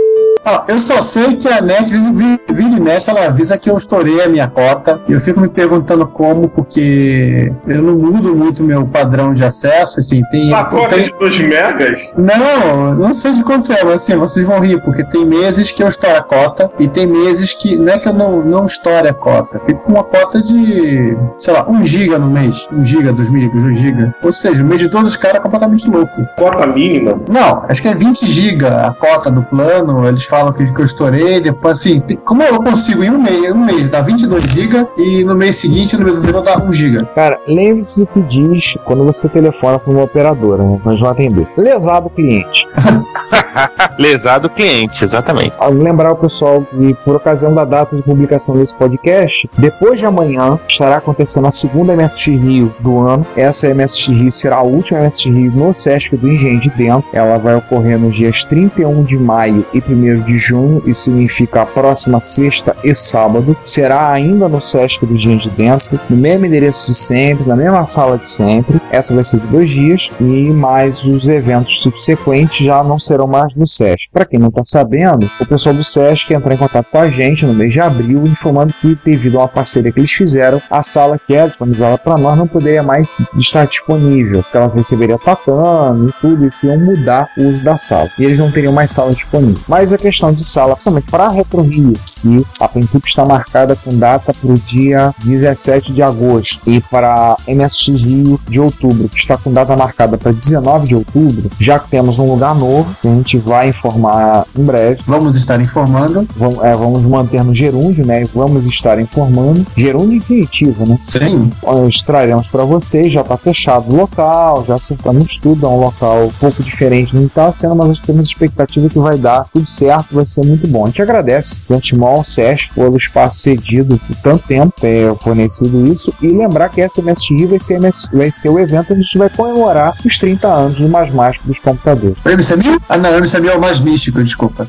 Ah, eu só sei que a NET, vira e mexe, ela avisa que eu estourei a minha cota. E eu fico me perguntando como, porque eu não mudo muito meu padrão de acesso. Assim, tem, Pacote tem... de dois megas? Não, não sei de quanto é, mas assim, vocês vão rir, porque tem meses que eu estouro a cota e tem meses que não é que eu não, não estouro a cota. Fico com uma cota de, sei lá, um giga no mês. um giga, dois megas, um giga. Ou seja, o mês de todos os caras é completamente louco. Cota mínima? Não, acho que é vinte gigas a cota do plano. Eles falam que, que eu estourei. Depois, assim, como eu consigo em um mês, um mês dar vinte e dois gigas e no mês seguinte, no mês anterior, dar um giga. Cara, lembre-se do que diz quando você telefona para uma operadora, né? Nós vamos atender. Lesado cliente. Lesado cliente, exatamente. Lembrar o pessoal que, por ocasião da data de publicação desse podcast, depois de amanhã estará acontecendo a segunda M S X Rio do ano. Essa M S X Rio será a última M S X Rio no Sesc do Engenho de Dentro. Ela vai ocorrer nos dias trinta e um de maio e primeiro de junho. Isso significa a próxima sexta e sábado. Será ainda no Sesc do Engenho de Dentro, no mesmo endereço de sempre, na mesma sala de sempre. Essa vai ser de dois dias e mais os eventos subsequentes já não serão mais no Sesc. Para quem não está sabendo, o pessoal do Sesc entrou em contato com a gente no mês de abril, informando que, devido a uma parceria que eles fizeram, a sala que era disponibilizada para nós não poderia mais estar disponível, porque ela receberia tatame e tudo, isso iam mudar o uso da sala, e eles não teriam mais sala disponível. Mas a questão de sala, principalmente para a Retro Rio, que a princípio está marcada com data para o dia dezessete de agosto, e para M S X Rio de outubro, que está com data marcada para dezenove de outubro, já que temos um lugar novo, que a gente vai informar em breve. Vamos estar informando. Vamos, é, vamos manter no gerúndio, né? Vamos estar informando. Gerúndio infinitivo, né? Sim. Nós traremos para vocês, já está fechado o local, já acertamos tudo, é um local um pouco diferente, não está sendo, mas temos expectativa que vai dar tudo certo, vai ser muito bom. A gente agradece de antemão ao Sesc pelo espaço cedido por tanto tempo, ter fornecido isso, e lembrar que essa M S X vai ser, vai ser o evento onde a gente vai comemorar os trinta anos do Mais Mágico dos computadores. O M C M? Ah, não, o M C M é o mais místico, desculpa.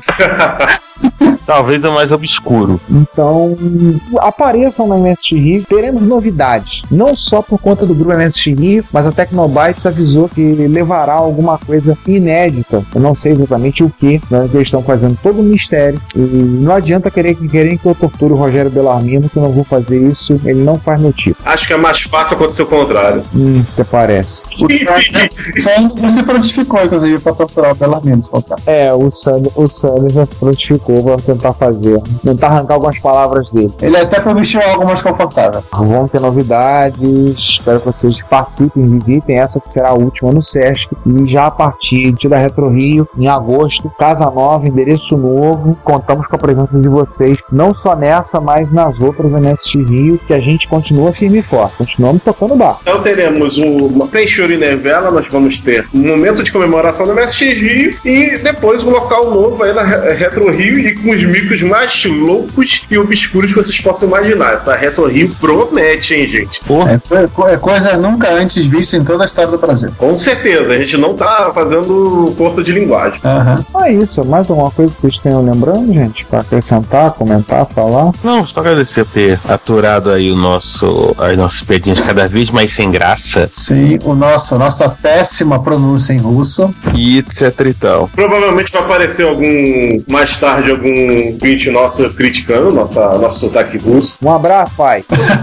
Talvez o mais obscuro. Então, apareçam na M S X Rio, teremos novidades, não só por conta do grupo M S X Rio, mas a Tecnobytes avisou que levará alguma coisa inédita, eu não sei exatamente o que, né, que eles estão fazendo todo um mistério, e não adianta querer, querer que eu torture o Rogério Bellarmino, que eu não vou fazer isso, ele não faz meu tipo. Acho que é mais fácil acontecer o contrário. Hum, até parece. O Sandro se prontificou, inclusive, para torturar o Bellarmino, se faltar. É, o Sandro, o Sandro já se prontificou para tentar fazer, tentar arrancar algumas palavras dele. Ele até prometeu algo mais confortável. Vão ter novidades, espero que vocês participem, visitem essa que será a última no Sesc, e já a partir da Retro Rio, em agosto, casa nova, endereço novo, contamos com a presença de vocês, não só nessa, mas nas outras M S X Rio, que a gente continua firme e forte, continuamos tocando bar. Então teremos um Sem Choro e Nevela, nós vamos ter um momento de comemoração do M S X Rio e depois um local novo aí na Retro Rio e com os micros mais loucos e obscuros que vocês possam imaginar. Essa Retro Rio promete, hein, gente? É, é coisa nunca antes vista em toda a história do Brasil. Com certeza, a gente não tá fazendo força de linguagem. Uhum. É isso, mais alguma coisa que vocês tenham lembrando, gente? Pra acrescentar, comentar, falar? Não, só agradecer por ter aturado aí o nosso, as nossas piadinhas cada vez mais sem graça. Sim, o nosso, nossa péssima pronúncia em russo. E etc e tal. Provavelmente vai aparecer algum, mais tarde, algum print nosso criticando nossa, nosso sotaque russo. Um abraço, pai.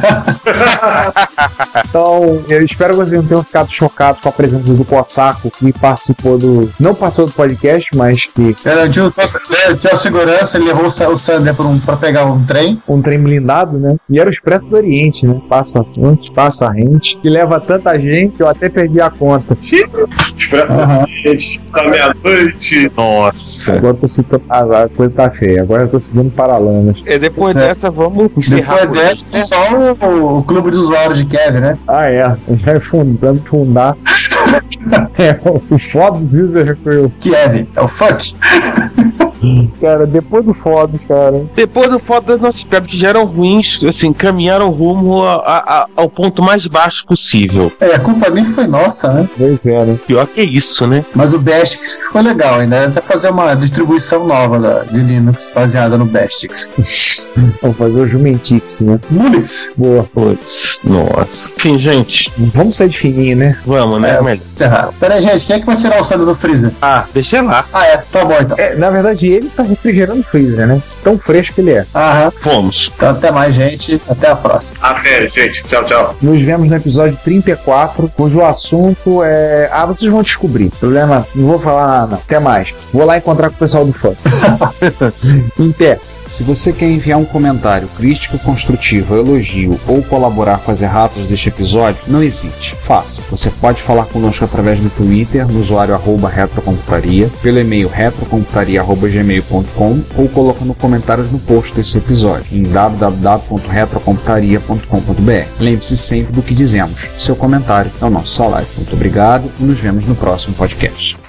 Então, eu espero que vocês não tenham ficado chocados com a presença do Cossaco, que participou do... não passou do podcast, mas que... Era, tinha, tinha a segurança, ele levou o Sander pra, um, pra pegar um trem. Um trem blindado, né? E era o Expresso do Oriente, né? Passa a frente, passa a rente, que leva tanta gente que eu até perdi a conta. Expresso uhum. do Oriente, está meia-noite. Nossa. Agora eu tô citando... Ah, a coisa tá feia. Agora eu tô seguindo paralamas. E depois é. dessa, vamos encerrar. Depois dessa, é. só o, o clube de usuários de Kevin, né? Ah, é. Já fundando, fundar. É, o foda dos users Kevin, é o fuck. Cara, depois do Fodas, cara. Depois do Fodas, nossas piadas que já eram ruins, assim, caminharam rumo a, a, a, ao ponto mais baixo possível. É, a culpa nem foi nossa, né? Pois é, né? Pior que isso, né? Mas o Bestix ficou legal ainda. Até fazer uma distribuição nova da, de Linux baseada no Bestix. Vamos fazer o Jumentix, né? Mulix. Boa. Putz, nossa. Enfim, gente. Vamos sair de fininho, né? Vamos, né? É, encerrar. Pera aí, gente, quem é que vai tirar o sangue do freezer? Ah, deixa lá. Ah, é. Tá bom, então. É, na verdade, ele tá refrigerando o freezer, né? Tão fresco que ele é. Aham. Fomos. Então até mais, gente. Até a próxima. Até, gente. Tchau, tchau. Nos vemos no episódio trinta e quatro, cujo assunto é... Ah, vocês vão descobrir. Problema, não vou falar nada, não. Até mais. Vou lá encontrar com o pessoal do fã. Em pé. Se você quer enviar um comentário, crítica construtiva, elogio ou colaborar com as erratas deste episódio, não hesite, faça. Você pode falar conosco através do Twitter, no usuário arroba retrocomputaria, pelo e-mail retrocomputaria arroba gmail ponto com ou colocando comentários no post desse episódio em w w w ponto retrocomputaria ponto com ponto b r. Lembre-se sempre do que dizemos. Seu comentário é o nosso salário. Muito obrigado e nos vemos no próximo podcast.